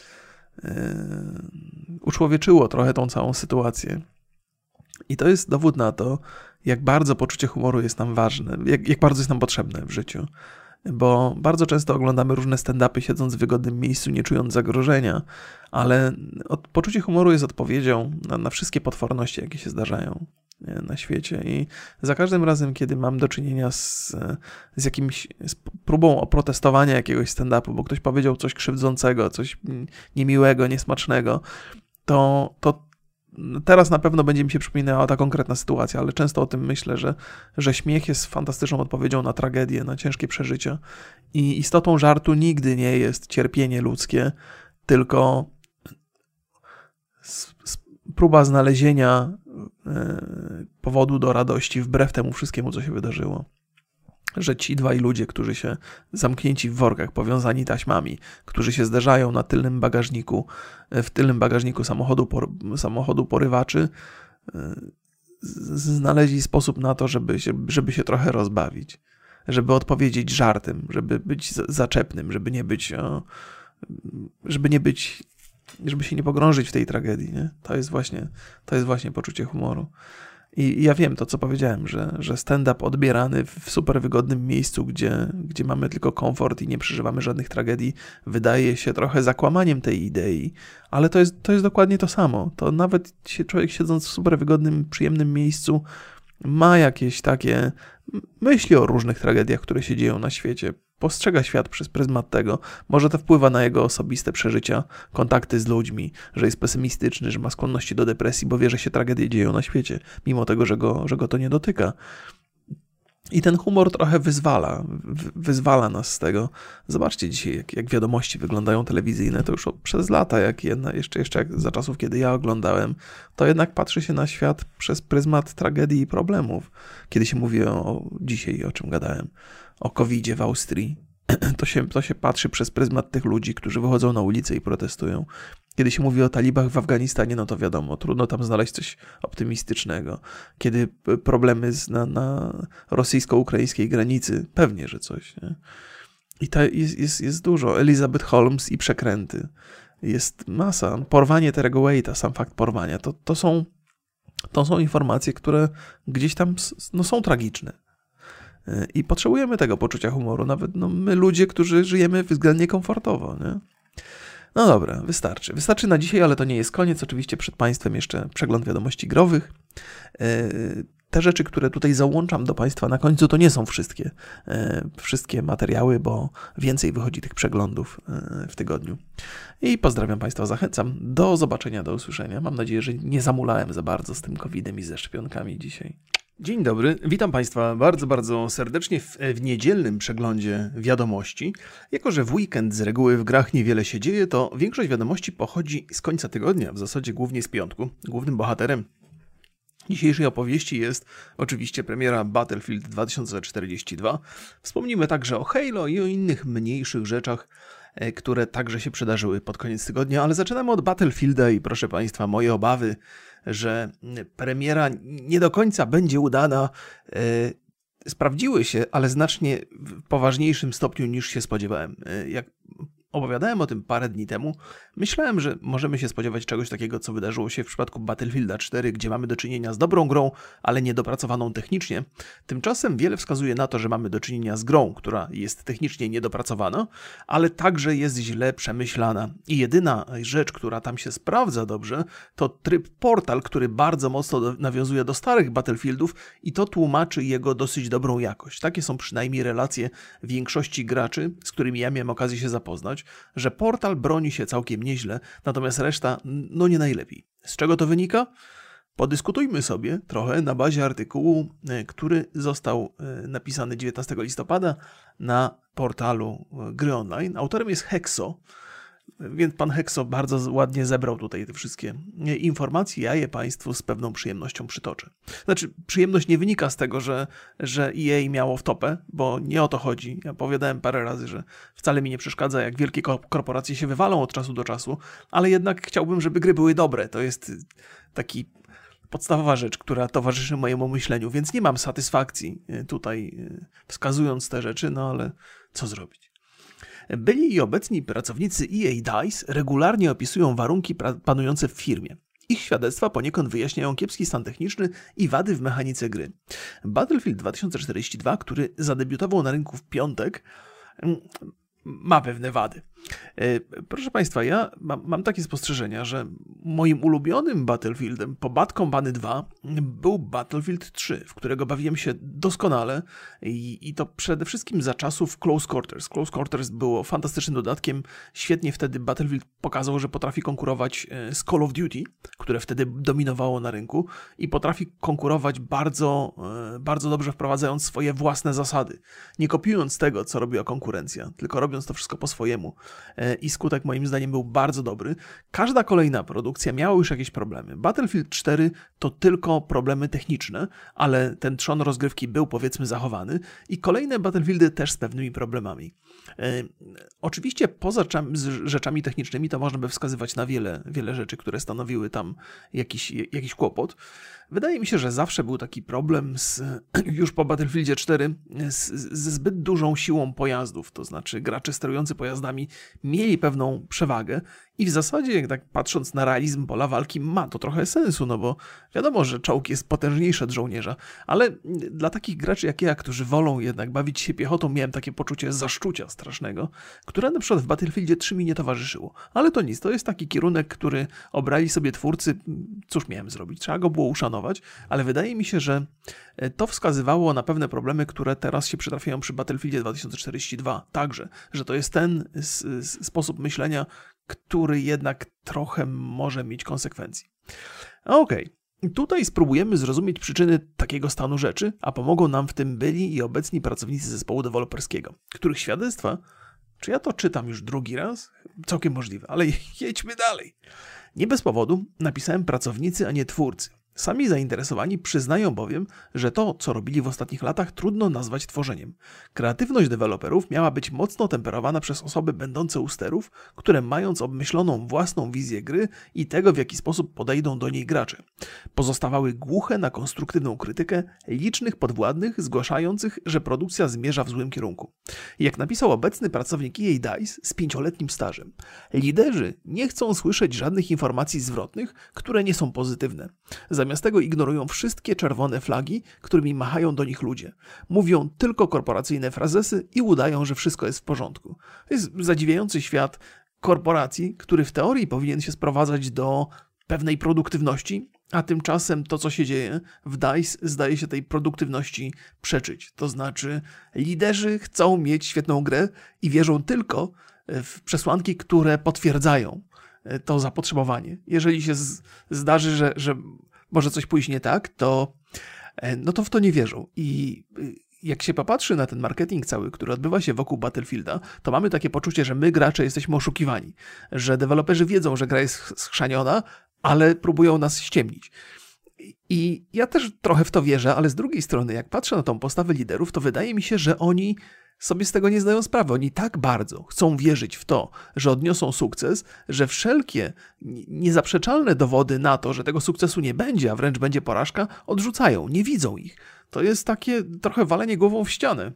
uczłowieczyło trochę tą całą sytuację. I to jest dowód na to, jak bardzo poczucie humoru jest nam ważne, jak, jak bardzo jest nam potrzebne w życiu. Bo bardzo często oglądamy różne stand-upy siedząc w wygodnym miejscu, nie czując zagrożenia, ale od, poczucie humoru jest odpowiedzią na, na wszystkie potworności, jakie się zdarzają na świecie. I za każdym razem, kiedy mam do czynienia z, z jakimś z próbą oprotestowania jakiegoś stand-upu, bo ktoś powiedział coś krzywdzącego, coś niemiłego, niesmacznego, to, to teraz na pewno będzie mi się przypominała ta konkretna sytuacja, ale często o tym myślę, że, że śmiech jest fantastyczną odpowiedzią na tragedię, na ciężkie przeżycia. I istotą żartu nigdy nie jest cierpienie ludzkie, tylko próba znalezienia powodu do radości wbrew temu wszystkiemu, co się wydarzyło. Że ci dwaj ludzie, którzy się zamknięci w workach, powiązani taśmami, którzy się zderzają na tylnym bagażniku, w tylnym bagażniku samochodu, samochodu porywaczy, znaleźli sposób na to, żeby się, żeby się trochę rozbawić, żeby odpowiedzieć żartem, żeby być zaczepnym, żeby nie być, żeby nie być, żeby się nie pogrążyć w tej tragedii, nie? To jest właśnie, to jest właśnie poczucie humoru. I ja wiem to, co powiedziałem, że, że stand-up odbierany w super wygodnym miejscu, gdzie, gdzie mamy tylko komfort i nie przeżywamy żadnych tragedii, wydaje się trochę zakłamaniem tej idei, ale to jest, to jest dokładnie to samo. To nawet się człowiek siedząc w super wygodnym, przyjemnym miejscu ma jakieś takie myśli o różnych tragediach, które się dzieją na świecie. Postrzega świat przez pryzmat tego. Może to wpływa na jego osobiste przeżycia, kontakty z ludźmi, że jest pesymistyczny, że ma skłonności do depresji, bo wie, że się tragedie dzieją na świecie, mimo tego, że go, że go to nie dotyka. I ten humor trochę wyzwala, wyzwala nas z tego. Zobaczcie dzisiaj, jak, jak wiadomości wyglądają telewizyjne, to już od, przez lata, jak jedna, jeszcze, jeszcze jak za czasów, kiedy ja oglądałem, to jednak patrzy się na świat przez pryzmat tragedii i problemów. Kiedy się mówi o, o dzisiaj, o czym gadałem, o kowidzie w Austrii, to się, to się patrzy przez pryzmat tych ludzi, którzy wychodzą na ulicę i protestują. Kiedy się mówi o talibach w Afganistanie, no to wiadomo, trudno tam znaleźć coś optymistycznego. Kiedy problemy z, na, na rosyjsko-ukraińskiej granicy, pewnie, że coś. Nie? I to jest, jest, jest dużo. Elizabeth Holmes i przekręty. Jest masa. Porwanie Terry'ego Waite'a, sam fakt porwania, to, to, są, to są informacje, które gdzieś tam no, są tragiczne. I potrzebujemy tego poczucia humoru. Nawet no, my ludzie, którzy żyjemy względnie komfortowo, nie? No dobra, wystarczy. Wystarczy na dzisiaj, ale to nie jest koniec. Oczywiście przed Państwem jeszcze przegląd wiadomości growych. Te rzeczy, które tutaj załączam do Państwa na końcu, to nie są wszystkie, wszystkie materiały, bo więcej wychodzi tych przeglądów w tygodniu. I pozdrawiam Państwa, zachęcam. Do zobaczenia, do usłyszenia. Mam nadzieję, że nie zamulałem za bardzo z tym kowidem i ze szczepionkami dzisiaj.
Dzień dobry, witam Państwa bardzo, bardzo serdecznie w, w niedzielnym przeglądzie wiadomości. Jako że w weekend z reguły w grach niewiele się dzieje, to większość wiadomości pochodzi z końca tygodnia, w zasadzie głównie z piątku. Głównym bohaterem dzisiejszej opowieści jest oczywiście premiera Battlefield dwa tysiące czterdzieści dwa. Wspomnimy także o Halo i o innych mniejszych rzeczach, które także się przydarzyły pod koniec tygodnia, ale zaczynamy od Battlefielda i proszę Państwa, moje obawy, że premiera nie do końca będzie udana, e, sprawdziły się, ale znacznie w poważniejszym stopniu niż się spodziewałem. E, jak opowiadałem o tym parę dni temu, myślałem, że możemy się spodziewać czegoś takiego, co wydarzyło się w przypadku Battlefielda cztery, gdzie mamy do czynienia z dobrą grą, ale niedopracowaną technicznie. Tymczasem wiele wskazuje na to, że mamy do czynienia z grą, która jest technicznie niedopracowana, ale także jest źle przemyślana. I jedyna rzecz, która tam się sprawdza dobrze, to tryb Portal, który bardzo mocno do, nawiązuje do starych Battlefieldów i to tłumaczy jego dosyć dobrą jakość. Takie są przynajmniej relacje większości graczy, z którymi ja miałem okazję się zapoznać, że Portal broni się całkiem nieźle, natomiast reszta no nie najlepiej. Z czego to wynika? Podyskutujmy sobie trochę na bazie artykułu, który został napisany dziewiętnastego listopada na portalu Gry Online. Autorem jest Hexo, więc pan Hexo bardzo ładnie zebrał tutaj te wszystkie informacje. Ja je Państwu z pewną przyjemnością przytoczę. Znaczy, przyjemność nie wynika z tego, że, że E A miało wtopę, bo nie o to chodzi. Ja powiadałem parę razy, że wcale mi nie przeszkadza, jak wielkie korporacje się wywalą od czasu do czasu, ale jednak chciałbym, żeby gry były dobre. To jest taki podstawowa rzecz, która towarzyszy mojemu myśleniu, więc nie mam satysfakcji tutaj wskazując te rzeczy, no ale co zrobić? Byli i obecni pracownicy E A DICE regularnie opisują warunki panujące w firmie. Ich świadectwa poniekąd wyjaśniają kiepski stan techniczny i wady w mechanice gry. Battlefield dwa tysiące czterdzieści dwa, który zadebiutował na rynku w piątek, ma pewne wady. Proszę Państwa, ja mam, mam takie spostrzeżenia, że moim ulubionym Battlefieldem po Bad Company dwa był Battlefield trzy, w którego bawiłem się doskonale i, i to przede wszystkim za czasów Close Quarters. Close Quarters było fantastycznym dodatkiem. Świetnie wtedy Battlefield pokazał, że potrafi konkurować z Call of Duty, które wtedy dominowało na rynku i potrafi konkurować bardzo, bardzo dobrze wprowadzając swoje własne zasady. Nie kopiując tego, co robiła konkurencja, tylko robiąc to wszystko po swojemu. I skutek moim zdaniem był bardzo dobry. Każda kolejna produkcja miała już jakieś problemy. Battlefield cztery to tylko problemy techniczne, ale ten trzon rozgrywki był powiedzmy zachowany i kolejne Battlefieldy też z pewnymi problemami. E, oczywiście poza rzeczami technicznymi to można by wskazywać na wiele, wiele rzeczy, które stanowiły tam jakiś, jakiś kłopot. Wydaje mi się, że zawsze był taki problem z, już po Battlefieldzie cztery z, ze zbyt dużą siłą pojazdów, to znaczy gracze sterujący pojazdami mieli pewną przewagę i w zasadzie, jak tak patrząc na realizm pola walki, ma to trochę sensu, no bo wiadomo, że czołg jest potężniejszy od żołnierza, ale dla takich graczy jak ja, którzy wolą jednak bawić się piechotą, miałem takie poczucie zaszczucia strasznego, które na przykład w Battlefieldzie trzy mi nie towarzyszyło. Ale to nic, to jest taki kierunek, który obrali sobie twórcy, cóż miałem zrobić, trzeba go było uszanować, ale wydaje mi się, że to wskazywało na pewne problemy, które teraz się przytrafiają przy Battlefieldzie dwa tysiące czterdzieści dwa także, że to jest ten sposób myślenia, który jednak trochę może mieć konsekwencji. Okej. Okay. Tutaj spróbujemy zrozumieć przyczyny takiego stanu rzeczy, a pomogą nam w tym byli i obecni pracownicy zespołu deweloperskiego, których świadectwa, czy ja to czytam już drugi raz? Całkiem możliwe, ale jedźmy dalej. Nie bez powodu napisałem pracownicy, a nie twórcy. Sami zainteresowani przyznają bowiem, że to, co robili w ostatnich latach, trudno nazwać tworzeniem. Kreatywność deweloperów miała być mocno temperowana przez osoby będące u sterów, które mając obmyśloną własną wizję gry i tego, w jaki sposób podejdą do niej gracze, pozostawały głuche na konstruktywną krytykę licznych podwładnych zgłaszających, że produkcja zmierza w złym kierunku. Jak napisał obecny pracownik E A Dice z pięcioletnim stażem, liderzy nie chcą słyszeć żadnych informacji zwrotnych, które nie są pozytywne. Zamiast tego ignorują wszystkie czerwone flagi, którymi machają do nich ludzie. Mówią tylko korporacyjne frazesy i udają, że wszystko jest w porządku. To jest zadziwiający świat korporacji, który w teorii powinien się sprowadzać do pewnej produktywności, a tymczasem to, co się dzieje w DICE, zdaje się tej produktywności przeczyć. To znaczy liderzy chcą mieć świetną grę i wierzą tylko w przesłanki, które potwierdzają to zapotrzebowanie. Jeżeli się z- zdarzy, że, że może coś pójść nie tak, to, no to w to nie wierzą. I jak się popatrzy na ten marketing cały, który odbywa się wokół Battlefielda, to mamy takie poczucie, że my gracze jesteśmy oszukiwani, że deweloperzy wiedzą, że gra jest schrzaniona, ale próbują nas ściemnić. I ja też trochę w to wierzę, ale z drugiej strony, jak patrzę na tą postawę liderów, to wydaje mi się, że oni sobie z tego nie zdają sprawy. Oni tak bardzo chcą wierzyć w to, że odniosą sukces, że wszelkie niezaprzeczalne dowody na to, że tego sukcesu nie będzie, a wręcz będzie porażka, odrzucają, nie widzą ich. To jest takie trochę walenie głową w ścianę.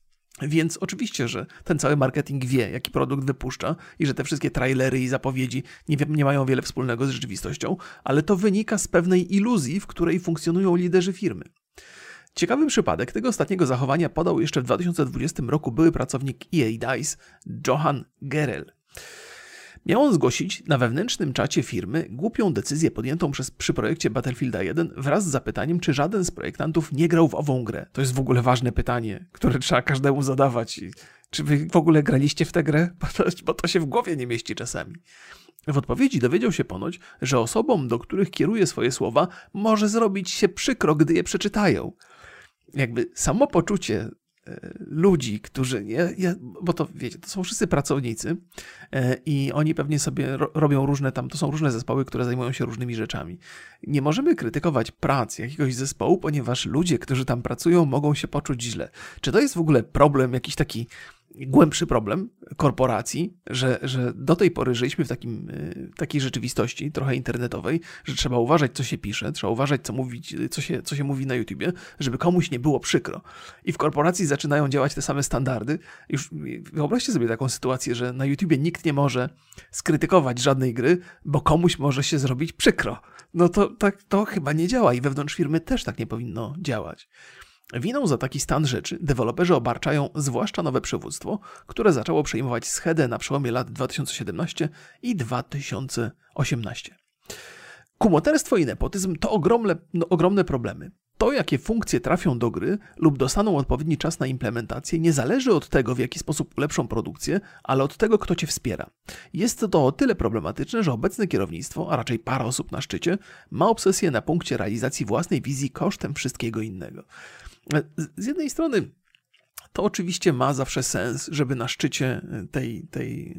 Więc oczywiście, że ten cały marketing wie, jaki produkt wypuszcza i że te wszystkie trailery i zapowiedzi nie, nie mają wiele wspólnego z rzeczywistością, ale to wynika z pewnej iluzji, w której funkcjonują liderzy firmy. Ciekawy przypadek tego ostatniego zachowania podał jeszcze w dwa tysiące dwudziestym roku były pracownik E A Dice, Johan Gerel. Miał on zgłosić na wewnętrznym czacie firmy głupią decyzję podjętą przez, przy projekcie Battlefielda jeden wraz z zapytaniem, czy żaden z projektantów nie grał w ową grę. To jest w ogóle ważne pytanie, które trzeba każdemu zadawać. Czy wy w ogóle graliście w tę grę? Bo to, bo to się w głowie nie mieści czasami. W odpowiedzi dowiedział się ponoć, że osobom, do których kieruje swoje słowa, może zrobić się przykro, gdy je przeczytają. Jakby samo poczucie ludzi, którzy, nie, ja, bo to wiecie, to są wszyscy pracownicy e, i oni pewnie sobie ro, robią różne tam, to są różne zespoły, które zajmują się różnymi rzeczami. Nie możemy krytykować prac jakiegoś zespołu, ponieważ ludzie, którzy tam pracują, mogą się poczuć źle. Czy to jest w ogóle problem, jakiś taki głębszy problem korporacji, że, że do tej pory żyliśmy w takim, takiej rzeczywistości trochę internetowej, że trzeba uważać, co się pisze, trzeba uważać, co, mówić, co, się, co się mówi na YouTubie, żeby komuś nie było przykro. I w korporacji zaczynają działać te same standardy. Już wyobraźcie sobie taką sytuację, że na YouTubie nikt nie może skrytykować żadnej gry, bo komuś może się zrobić przykro. No to, tak, to chyba nie działa i wewnątrz firmy też tak nie powinno działać. Winą za taki stan rzeczy deweloperzy obarczają zwłaszcza nowe przywództwo, które zaczęło przejmować schedę na przełomie lat dwa tysiące siedemnastego i dwa tysiące osiemnastego. Kumoterstwo i nepotyzm to ogromne, no, ogromne problemy. To, jakie funkcje trafią do gry lub dostaną odpowiedni czas na implementację, nie zależy od tego, w jaki sposób ulepszą produkcję, ale od tego, kto cię wspiera. Jest to o tyle problematyczne, że obecne kierownictwo, a raczej parę osób na szczycie, ma obsesję na punkcie realizacji własnej wizji kosztem wszystkiego innego. Z jednej strony to oczywiście ma zawsze sens, żeby na szczycie tej, tej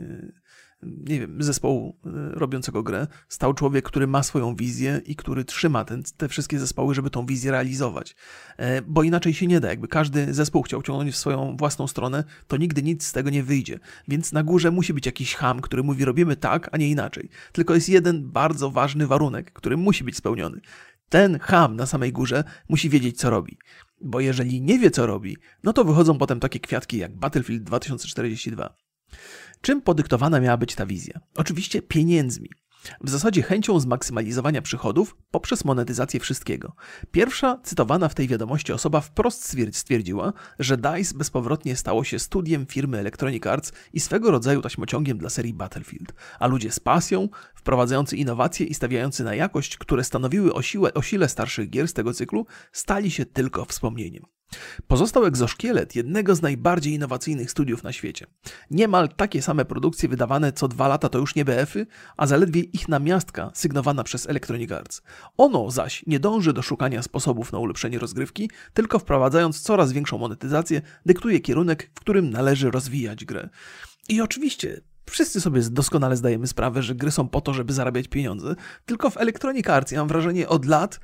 nie wiem, zespołu robiącego grę stał człowiek, który ma swoją wizję i który trzyma ten, te wszystkie zespoły, żeby tą wizję realizować. Bo inaczej się nie da. Jakby każdy zespół chciał ciągnąć w swoją własną stronę, to nigdy nic z tego nie wyjdzie. Więc na górze musi być jakiś cham, który mówi robimy tak, a nie inaczej. Tylko jest jeden bardzo ważny warunek, który musi być spełniony. Ten cham na samej górze musi wiedzieć, co robi. Bo jeżeli nie wie, co robi, no to wychodzą potem takie kwiatki jak Battlefield dwa tysiące czterdzieści dwa. Czym podyktowana miała być ta wizja? Oczywiście pieniędzmi. W zasadzie chęcią zmaksymalizowania przychodów poprzez monetyzację wszystkiego. Pierwsza cytowana w tej wiadomości osoba wprost stwierdziła, że DICE bezpowrotnie stało się studiem firmy Electronic Arts i swego rodzaju taśmociągiem dla serii Battlefield, a ludzie z pasją, wprowadzający innowacje i stawiający na jakość, które stanowiły o, siłę, o sile starszych gier z tego cyklu, stali się tylko wspomnieniem. Pozostał egzoszkielet jednego z najbardziej innowacyjnych studiów na świecie. Niemal takie same produkcje wydawane co dwa lata to już nie B F-y, a zaledwie ich namiastka sygnowana przez Electronic Arts. Ono zaś nie dąży do szukania sposobów na ulepszenie rozgrywki, tylko wprowadzając coraz większą monetyzację, dyktuje kierunek, w którym należy rozwijać grę. I oczywiście wszyscy sobie doskonale zdajemy sprawę, że gry są po to, żeby zarabiać pieniądze, tylko w Electronic Arts, ja mam wrażenie, od lat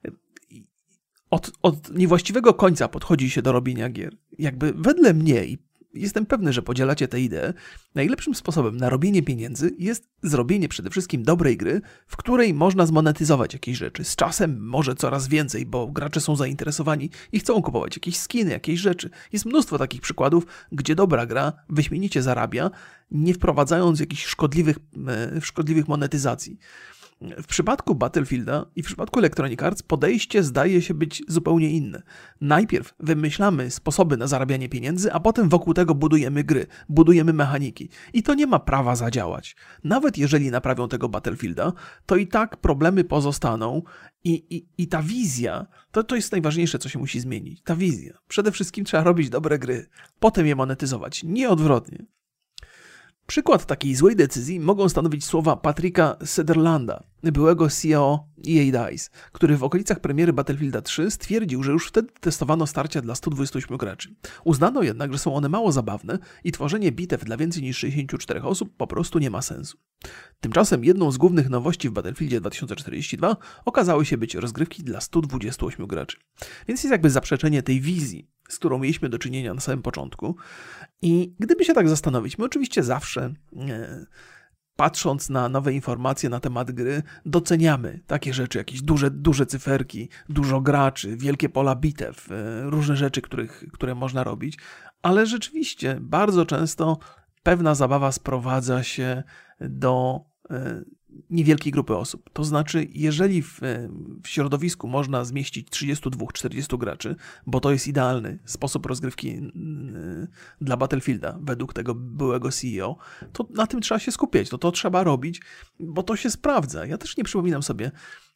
Od, od niewłaściwego końca podchodzi się do robienia gier. Jakby wedle mnie, i jestem pewny, że podzielacie tę ideę, najlepszym sposobem na robienie pieniędzy jest zrobienie przede wszystkim dobrej gry, w której można zmonetyzować jakieś rzeczy. Z czasem może coraz więcej, bo gracze są zainteresowani i chcą kupować jakieś skiny, jakieś rzeczy. Jest mnóstwo takich przykładów, gdzie dobra gra wyśmienicie zarabia, nie wprowadzając jakichś szkodliwych, szkodliwych monetyzacji. W przypadku Battlefielda i w przypadku Electronic Arts podejście zdaje się być zupełnie inne. Najpierw wymyślamy sposoby na zarabianie pieniędzy, a potem wokół tego budujemy gry, budujemy mechaniki. I to nie ma prawa zadziałać. Nawet jeżeli naprawią tego Battlefielda, to i tak problemy pozostaną i, i, i ta wizja, to, to jest najważniejsze, co się musi zmienić. Ta wizja. Przede wszystkim trzeba robić dobre gry, potem je monetyzować, nie odwrotnie. Przykład takiej złej decyzji mogą stanowić słowa Patricka Sutherlanda, byłego C E O E A DICE, który w okolicach premiery Battlefielda trzy stwierdził, że już wtedy testowano starcia dla stu dwudziestu ośmiu graczy. Uznano jednak, że są one mało zabawne i tworzenie bitew dla więcej niż sześćdziesięciu czterech osób po prostu nie ma sensu. Tymczasem jedną z głównych nowości w Battlefieldzie dwa tysiące czterdzieści dwa okazały się być rozgrywki dla stu dwudziestu ośmiu graczy. Więc jest jakby zaprzeczenie tej wizji, z którą mieliśmy do czynienia na samym początku. I gdyby się tak zastanowić, my oczywiście zawsze, e, patrząc na nowe informacje na temat gry, doceniamy takie rzeczy, jakieś duże, duże cyferki, dużo graczy, wielkie pola bitew, e, różne rzeczy, których, które można robić, ale rzeczywiście bardzo często pewna zabawa sprowadza się do e, niewielkiej grupy osób. To znaczy, jeżeli w, w środowisku można zmieścić trzydziestu dwóch czterdziestu graczy, bo to jest idealny sposób rozgrywki dla Battlefielda, według tego byłego C E O, to na tym trzeba się skupiać, to to trzeba robić, bo to się sprawdza. Ja też nie przypominam sobie.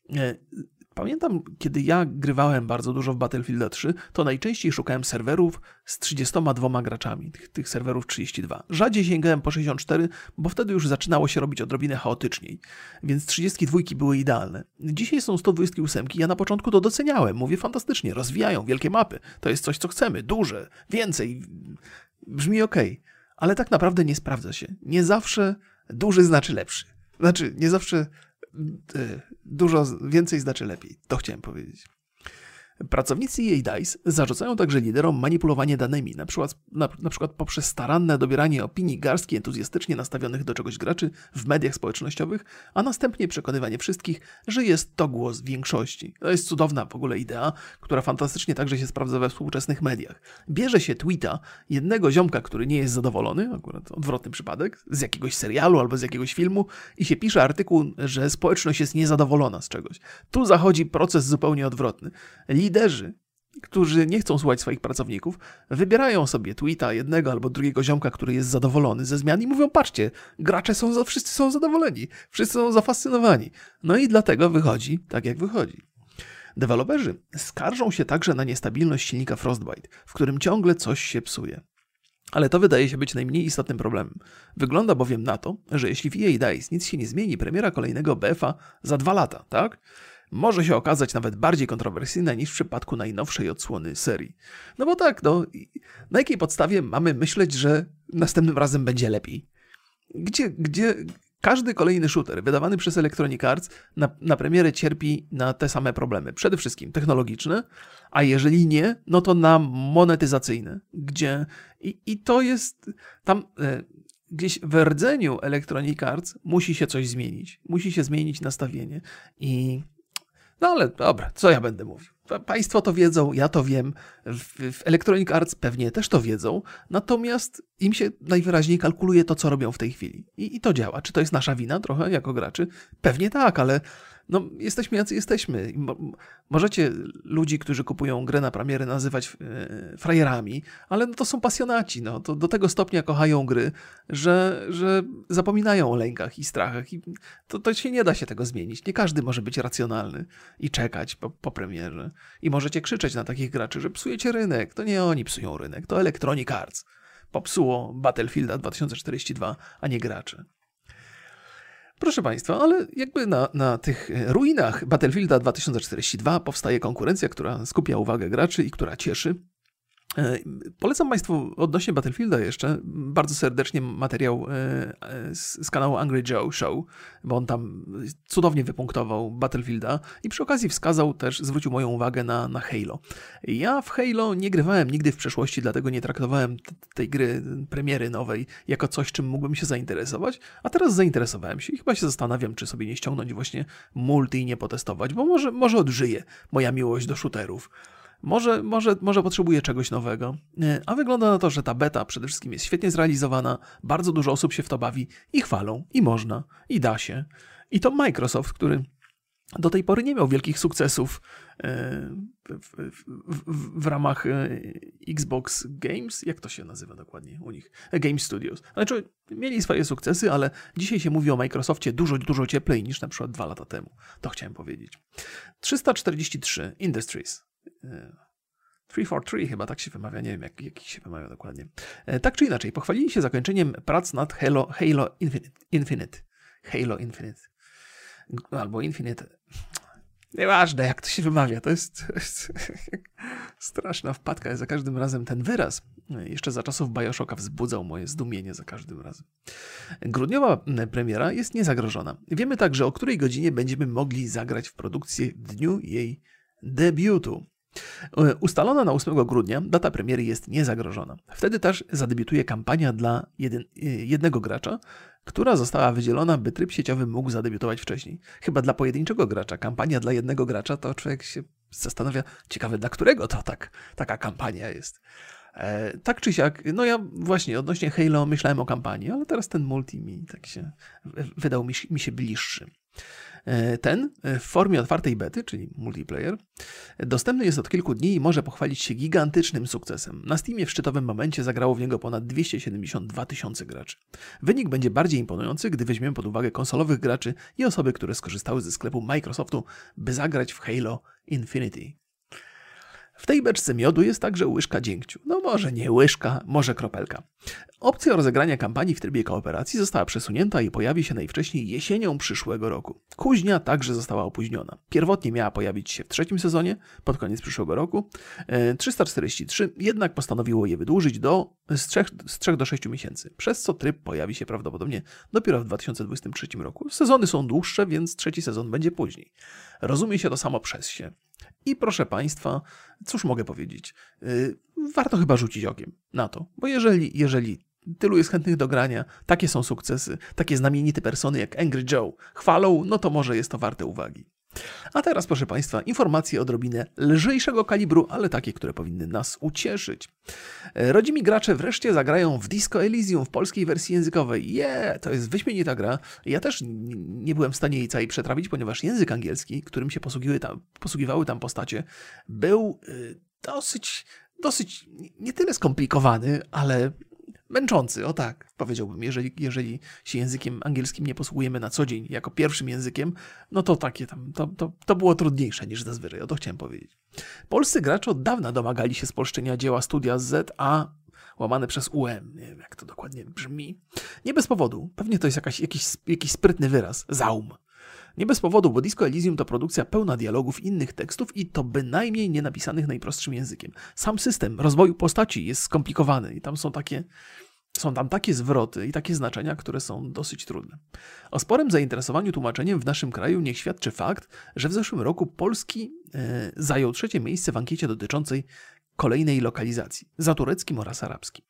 Pamiętam, kiedy ja grywałem bardzo dużo w Battlefielda trzy, to najczęściej szukałem serwerów z trzydziestoma dwoma graczami, tych, tych serwerów trzydzieści dwa. Rzadziej sięgałem po sześćdziesiąt cztery, bo wtedy już zaczynało się robić odrobinę chaotyczniej, więc trzydzieści dwa były idealne. Dzisiaj są sto dwadzieścia osiem, ja na początku to doceniałem, mówię fantastycznie, rozwijają wielkie mapy, to jest coś, co chcemy, duże, więcej, brzmi okej, ale tak naprawdę nie sprawdza się. Nie zawsze duży znaczy lepszy. Znaczy, nie zawsze dużo więcej znaczy lepiej. To chciałem powiedzieć. Pracownicy E A DICE zarzucają także liderom manipulowanie danymi, na przykład, na, na przykład poprzez staranne dobieranie opinii garstki entuzjastycznie nastawionych do czegoś graczy w mediach społecznościowych, a następnie przekonywanie wszystkich, że jest to głos większości. To jest cudowna w ogóle idea, która fantastycznie także się sprawdza we współczesnych mediach. Bierze się tweeta jednego ziomka, który nie jest zadowolony, akurat odwrotny przypadek, z jakiegoś serialu albo z jakiegoś filmu i się pisze artykuł, że społeczność jest niezadowolona z czegoś. Tu zachodzi proces zupełnie odwrotny. Liderzy, którzy nie chcą słuchać swoich pracowników, wybierają sobie tweeta jednego albo drugiego ziomka, który jest zadowolony ze zmian i mówią, patrzcie, gracze są, wszyscy są zadowoleni, wszyscy są zafascynowani. No i dlatego wychodzi tak, jak wychodzi. Deweloperzy skarżą się także na niestabilność silnika Frostbite, w którym ciągle coś się psuje. Ale to wydaje się być najmniej istotnym problemem. Wygląda bowiem na to, że jeśli w E A DICE nic się nie zmieni, premiera kolejnego B F-a za dwa lata, tak? Może się okazać nawet bardziej kontrowersyjna niż w przypadku najnowszej odsłony serii. No bo tak, no, na jakiej podstawie mamy myśleć, że następnym razem będzie lepiej? Gdzie, gdzie każdy kolejny shooter wydawany przez Electronic Arts na, na premierę cierpi na te same problemy. Przede wszystkim technologiczne, a jeżeli nie, no to na monetyzacyjne. Gdzie i, i to jest tam... E, Gdzieś w rdzeniu Electronic Arts musi się coś zmienić. Musi się zmienić nastawienie. I no ale dobra, co ja będę mówił? Państwo to wiedzą, ja to wiem, w, w Electronic Arts pewnie też to wiedzą, natomiast im się najwyraźniej kalkuluje to, co robią w tej chwili. I, i to działa. Czy to jest nasza wina trochę jako graczy? Pewnie tak, ale
no jesteśmy jacy jesteśmy. Mo możecie ludzi, którzy kupują grę na premiery, nazywać e, frajerami, ale no to są pasjonaci. No. To do tego stopnia kochają gry, że, że zapominają o lękach i strachach. I to, to się nie da się tego zmienić. Nie każdy może być racjonalny i czekać po, po premierze. I możecie krzyczeć na takich graczy, że psujecie rynek. To nie oni psują rynek, to Electronic Arts popsuło Battlefielda dwa tysiące czterdzieści dwa, a nie gracze. Proszę Państwa, ale jakby na, na tych ruinach Battlefielda dwa tysiące czterdzieści dwa powstaje konkurencja, która skupia uwagę graczy i która cieszy. Polecam Państwu odnośnie Battlefielda jeszcze bardzo serdecznie materiał z, z kanału Angry Joe Show, bo on tam cudownie wypunktował Battlefielda i przy okazji wskazał też, zwrócił moją uwagę na, na Halo. Ja w Halo nie grywałem nigdy w przeszłości, dlatego nie traktowałem tej gry, premiery nowej, jako coś, czym mógłbym się zainteresować, a teraz zainteresowałem się i chyba się zastanawiam, czy sobie nie ściągnąć właśnie multi i nie potestować, bo może, może odżyje moja miłość do shooterów. Może, może, może potrzebuje czegoś nowego, a wygląda na to, że ta beta przede wszystkim jest świetnie zrealizowana, bardzo dużo osób się w to bawi i chwalą, i można, i da się. I to Microsoft, który do tej pory nie miał wielkich sukcesów w, w, w, w ramach Xbox Games, jak to się nazywa dokładnie u nich? Game Studios. Znaczy, mieli swoje sukcesy, ale dzisiaj się mówi o Microsoftie dużo, dużo cieplej niż na przykład dwa lata temu. To chciałem powiedzieć. trzysta czterdzieści trzy Industries. trzysta czterdzieści trzy chyba tak się wymawia, nie wiem jak, jak się wymawia dokładnie. Tak czy inaczej, pochwalili się zakończeniem prac nad Halo, Halo Infinite. Infinite. Halo Infinite. Albo Infinite. Nieważne jak to się wymawia, to jest, to jest straszna wpadka. Za każdym razem ten wyraz jeszcze za czasów BioShocka wzbudzał moje zdumienie za każdym razem. Grudniowa premiera jest niezagrożona. Wiemy także, o której godzinie będziemy mogli zagrać w produkcję w dniu jej debiutu. Ustalona na ósmego grudnia data premiery jest niezagrożona. Wtedy też zadebiutuje kampania dla jeden, jednego gracza, która została wydzielona, by tryb sieciowy mógł zadebiutować wcześniej. Chyba dla pojedynczego gracza. Kampania dla jednego gracza, to człowiek się zastanawia, ciekawe dla którego to tak, taka kampania jest. E, tak czy siak, no ja właśnie odnośnie Halo myślałem o kampanii, ale teraz ten multi mi tak się wydał mi, mi się bliższy. Ten w formie otwartej bety, czyli multiplayer, dostępny jest od kilku dni i może pochwalić się gigantycznym sukcesem. Na Steamie w szczytowym momencie zagrało w niego ponad dwieście siedemdziesiąt dwa tysiące graczy. Wynik będzie bardziej imponujący, gdy weźmiemy pod uwagę konsolowych graczy i osoby, które skorzystały ze sklepu Microsoftu, by zagrać w Halo Infinity. W tej beczce miodu jest także łyżka dziękciu. No może nie łyżka, może kropelka. Opcja rozegrania kampanii w trybie kooperacji została przesunięta i pojawi się najwcześniej jesienią przyszłego roku. Kuźnia także została opóźniona. Pierwotnie miała pojawić się w trzecim sezonie, pod koniec przyszłego roku. trzysta czterdzieści trzy jednak postanowiło je wydłużyć do, z, trzech, z trzech do sześciu miesięcy, przez co tryb pojawi się prawdopodobnie dopiero w dwa tysiące dwudziestym trzecim roku. Sezony są dłuższe, więc trzeci sezon będzie później. Rozumie się to samo przez się. I proszę Państwa, cóż mogę powiedzieć? Yy, warto chyba rzucić okiem na to, bo jeżeli, jeżeli tylu jest chętnych do grania, takie są sukcesy, takie znamienite persony jak Angry Joe chwalą, no to może jest to warte uwagi. A teraz, proszę Państwa, informacje odrobinę lżejszego kalibru, ale takie, które powinny nas ucieszyć. Rodzimi gracze wreszcie zagrają w Disco Elysium w polskiej wersji językowej. Je, yeah, to jest wyśmienita gra. Ja też nie byłem w stanie jej całej przetrawić, ponieważ język angielski, którym się posługiwały tam, posługiwały tam postacie, był y, dosyć, dosyć nie tyle skomplikowany, ale męczący, o tak, powiedziałbym. Jeżeli, jeżeli się językiem angielskim nie posługujemy na co dzień jako pierwszym językiem, no to takie tam, to, to, to było trudniejsze niż zazwyczaj, o to chciałem powiedzieć. Polscy gracze od dawna domagali się spolszczenia dzieła studia Z A łamane przez U M. Nie wiem, jak to dokładnie brzmi. Nie bez powodu. Pewnie to jest jakaś, jakiś, jakiś sprytny wyraz. Zaum. Nie bez powodu, bo Disco Elysium to produkcja pełna dialogów, innych tekstów i to bynajmniej nie napisanych najprostszym językiem. Sam system rozwoju postaci jest skomplikowany i tam są takie, są tam takie zwroty i takie znaczenia, które są dosyć trudne. O sporym zainteresowaniu tłumaczeniem w naszym kraju niech świadczy fakt, że w zeszłym roku polski e, zajął trzecie miejsce w ankiecie dotyczącej kolejnej lokalizacji, za tureckim oraz arabskim.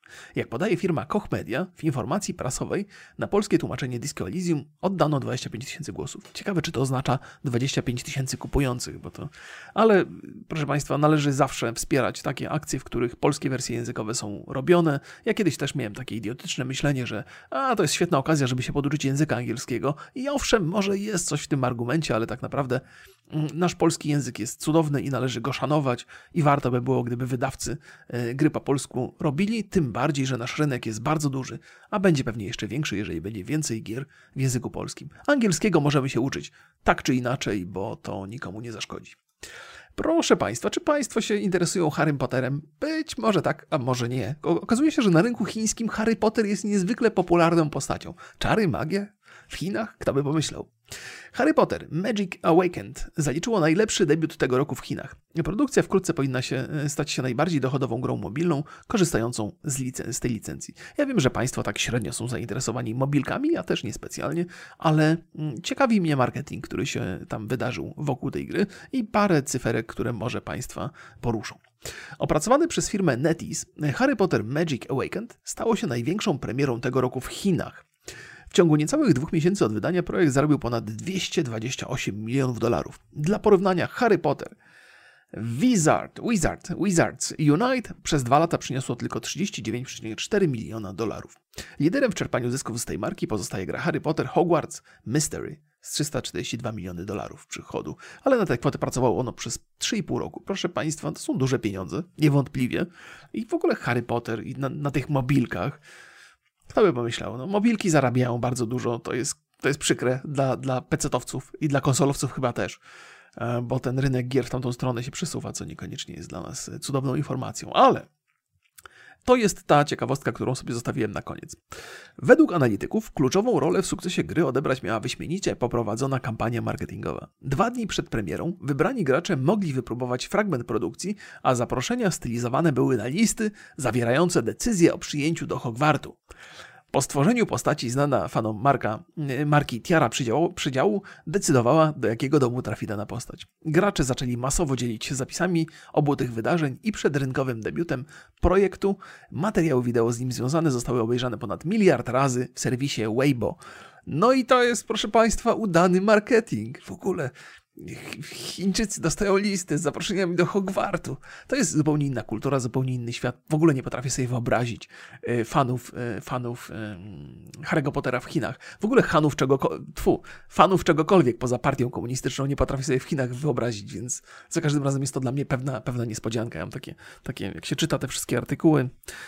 Jak podaje firma Koch Media, w informacji prasowej na polskie tłumaczenie Disco Elysium oddano dwadzieścia pięć tysięcy głosów. Ciekawe, czy to oznacza dwadzieścia pięć tysięcy kupujących, bo to... Ale, proszę Państwa, należy zawsze wspierać takie akcje, w których polskie wersje językowe są robione. Ja kiedyś też miałem takie idiotyczne myślenie, że a, to jest świetna okazja, żeby się poduczyć języka angielskiego. I owszem, może jest coś w tym argumencie, ale tak naprawdę nasz polski język jest cudowny i należy go szanować i warto by było, gdyby wydawcy gry po polsku robili, tym bardziej, że nasz rynek jest bardzo duży, a będzie pewnie jeszcze większy, jeżeli będzie więcej gier w języku polskim. Angielskiego możemy się uczyć tak czy inaczej, bo to nikomu nie zaszkodzi. Proszę Państwa, czy Państwo się interesują Harrym Potterem? Być może tak, a może nie. Okazuje się, że na rynku chińskim Harry Potter jest niezwykle popularną postacią. Czary, magia? W Chinach? Kto by pomyślał? Harry Potter Magic Awakened zaliczyło najlepszy debiut tego roku w Chinach. Produkcja wkrótce powinna się stać się najbardziej dochodową grą mobilną, korzystającą z, licen- z tej licencji. Ja wiem, że Państwo tak średnio są zainteresowani mobilkami, ja też niespecjalnie, ale ciekawi mnie marketing, który się tam wydarzył wokół tej gry i parę cyferek, które może Państwa poruszą. Opracowany przez firmę NetEase, Harry Potter Magic Awakened stało się największą premierą tego roku w Chinach. W ciągu niecałych dwóch miesięcy od wydania projekt zarobił ponad dwieście dwadzieścia osiem milionów dolarów. Dla porównania Harry Potter Wizard, Wizard, Wizards Unite przez dwa lata przyniosło tylko trzydzieści dziewięć przecinek cztery miliona dolarów. Liderem w czerpaniu zysków z tej marki pozostaje gra Harry Potter Hogwarts Mystery z trzysta czterdzieści dwa miliony dolarów przychodu, ale na tę kwotę pracowało ono przez trzy i pół roku. Proszę Państwa, to są duże pieniądze, niewątpliwie. I w ogóle Harry Potter i na, na tych mobilkach, kto by pomyślał, no mobilki zarabiają bardzo dużo, to jest, to jest przykre dla, dla pecetowców i dla konsolowców chyba też, bo ten rynek gier w tamtą stronę się przesuwa, co niekoniecznie jest dla nas cudowną informacją, ale to jest ta ciekawostka, którą sobie zostawiłem na koniec. Według analityków kluczową rolę w sukcesie gry odebrać miała wyśmienicie poprowadzona kampania marketingowa. Dwa dni przed premierą wybrani gracze mogli wypróbować fragment produkcji, a zaproszenia stylizowane były na listy zawierające decyzję o przyjęciu do Hogwartu. Po stworzeniu postaci znana fanom marka, marki Tiara Przydziału, Przydziału decydowała, do jakiego domu trafi dana postać. Gracze zaczęli masowo dzielić się zapisami obu tych wydarzeń i przed rynkowym debiutem projektu materiały wideo z nim związane zostały obejrzane ponad miliard razy w serwisie Weibo. No i to jest, proszę Państwa, udany marketing. W ogóle Chińczycy dostają listy z zaproszeniami do Hogwartu. To jest zupełnie inna kultura, zupełnie inny świat. W ogóle nie potrafię sobie wyobrazić fanów, fanów Harry'ego Pottera w Chinach. W ogóle fanów, czego, tfu, fanów czegokolwiek poza partią komunistyczną nie potrafię sobie w Chinach wyobrazić, więc za każdym razem jest to dla mnie pewna, pewna niespodzianka. Ja mam takie, takie, jak się czyta te wszystkie artykuły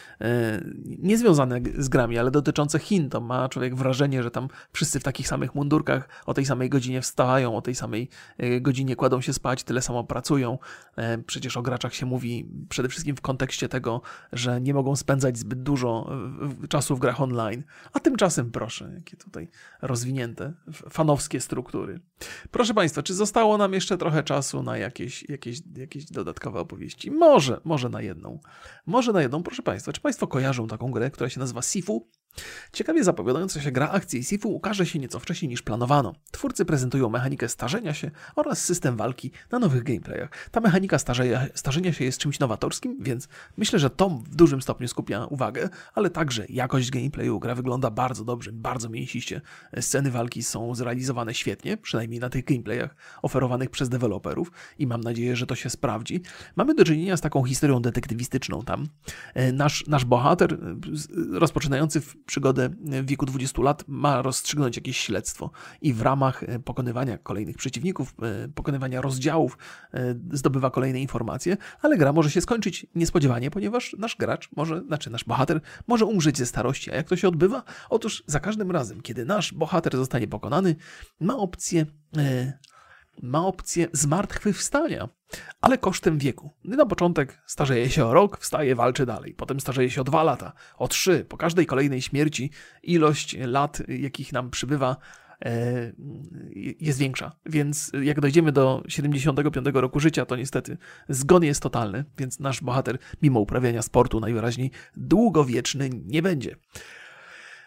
nie związane z grami, ale dotyczące Chin, to ma człowiek wrażenie, że tam wszyscy w takich samych mundurkach o tej samej godzinie wstawają, o tej samej godzinie kładą się spać, tyle samo pracują. Przecież o graczach się mówi przede wszystkim w kontekście tego, że nie mogą spędzać zbyt dużo czasu w grach online. A tymczasem, proszę, jakie tutaj rozwinięte fanowskie struktury. Proszę Państwa, czy zostało nam jeszcze trochę czasu na jakieś, jakieś, jakieś dodatkowe opowieści? Może, może na jedną. Może na jedną, proszę Państwa. Czy Państwo kojarzą taką grę, która się nazywa Sifu? Ciekawie zapowiadająca się gra akcji Sifu ukaże się nieco wcześniej niż planowano. Twórcy prezentują mechanikę starzenia się oraz system walki na nowych gameplayach. Ta mechanika starzeja, starzenia się jest czymś nowatorskim, więc myślę, że to w dużym stopniu skupia uwagę, ale także jakość gameplayu. Gra wygląda bardzo dobrze, bardzo mięsiście. Sceny walki są zrealizowane świetnie, przynajmniej na tych gameplayach oferowanych przez deweloperów i mam nadzieję, że to się sprawdzi. Mamy do czynienia z taką historią detektywistyczną tam. Nasz, nasz bohater rozpoczynający w przygodę w wieku dwudziestu lat ma rozstrzygnąć jakieś śledztwo i w ramach pokonywania kolejnych przeciwników, pokonywania rozdziałów zdobywa kolejne informacje, ale gra może się skończyć niespodziewanie, ponieważ nasz gracz może, znaczy nasz bohater może umrzeć ze starości. A jak to się odbywa? Otóż za każdym razem, kiedy nasz bohater zostanie pokonany, ma opcję ma opcję zmartwychwstania, ale kosztem wieku. Na początek starzeje się o rok, wstaje, walczy dalej. Potem starzeje się o dwa lata, o trzy. Po każdej kolejnej śmierci ilość lat, jakich nam przybywa, jest większa. Więc jak dojdziemy do siedemdziesiątego piątego roku życia, to niestety zgon jest totalny, więc nasz bohater, mimo uprawiania sportu, najwyraźniej długowieczny nie będzie.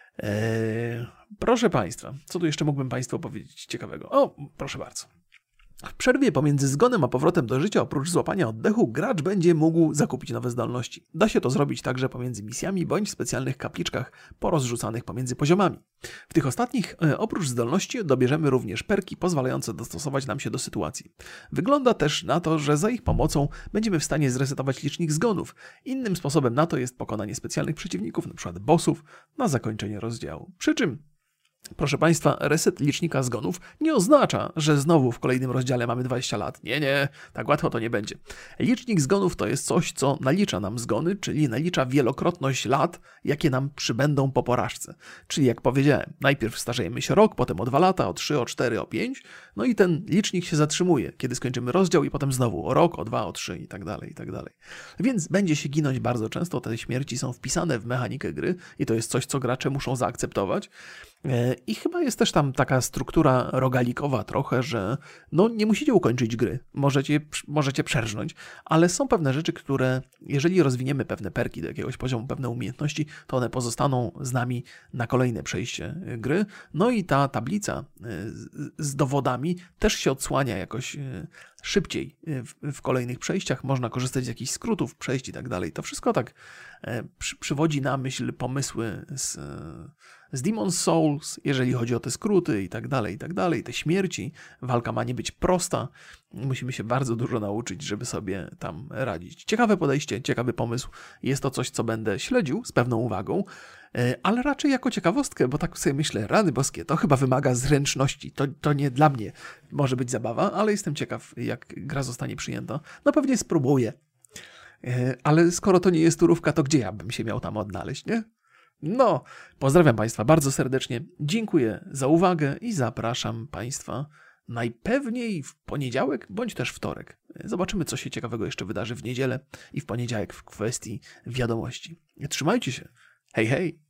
Eee, proszę Państwa, co tu jeszcze mógłbym Państwu powiedzieć ciekawego? O, proszę bardzo. W przerwie pomiędzy zgonem a powrotem do życia, oprócz złapania oddechu, gracz będzie mógł zakupić nowe zdolności. Da się to zrobić także pomiędzy misjami bądź w specjalnych kapliczkach porozrzucanych pomiędzy poziomami. W tych ostatnich, oprócz zdolności, dobierzemy również perki pozwalające dostosować nam się do sytuacji. Wygląda też na to, że za ich pomocą będziemy w stanie zresetować licznik zgonów. Innym sposobem na to jest pokonanie specjalnych przeciwników, np. bossów, na zakończenie rozdziału. Przy czym proszę Państwa, reset licznika zgonów nie oznacza, że znowu w kolejnym rozdziale mamy dwadzieścia lat. Nie, nie, tak łatwo to nie będzie. Licznik zgonów to jest coś, co nalicza nam zgony, czyli nalicza wielokrotność lat, jakie nam przybędą po porażce. Czyli jak powiedziałem, najpierw starzejemy się rok, potem o dwa lata, o trzy, o cztery, o pięć, no i ten licznik się zatrzymuje, kiedy skończymy rozdział i potem znowu o rok, o dwa, o trzy i tak dalej, i tak dalej. Więc będzie się ginąć bardzo często, te śmierci są wpisane w mechanikę gry i to jest coś, co gracze muszą zaakceptować. I chyba jest też tam taka struktura rogalikowa trochę, że no nie musicie ukończyć gry, możecie, możecie przerżnąć, ale są pewne rzeczy, które jeżeli rozwiniemy pewne perki do jakiegoś poziomu, pewne umiejętności, to one pozostaną z nami na kolejne przejście gry. No i ta tablica z, z dowodami też się odsłania jakoś szybciej w, w kolejnych przejściach, można korzystać z jakichś skrótów, przejść i tak dalej. To wszystko tak przy, przywodzi na myśl pomysły z, z Demon's Souls, jeżeli chodzi o te skróty i tak dalej, i tak dalej, te śmierci. Walka ma nie być prosta, musimy się bardzo dużo nauczyć, żeby sobie tam radzić. Ciekawe podejście, ciekawy pomysł, jest to coś, co będę śledził z pewną uwagą, ale raczej jako ciekawostkę, bo tak sobie myślę, rany boskie, to chyba wymaga zręczności, to, to nie dla mnie może być zabawa, ale jestem ciekaw, jak gra zostanie przyjęta. No pewnie spróbuję, ale skoro to nie jest turówka, to gdzie ja bym się miał tam odnaleźć, nie? No, pozdrawiam Państwa bardzo serdecznie, dziękuję za uwagę i zapraszam Państwa najpewniej w poniedziałek, bądź też wtorek. Zobaczymy, co się ciekawego jeszcze wydarzy w niedzielę i w poniedziałek w kwestii wiadomości. Trzymajcie się. Hej, hej!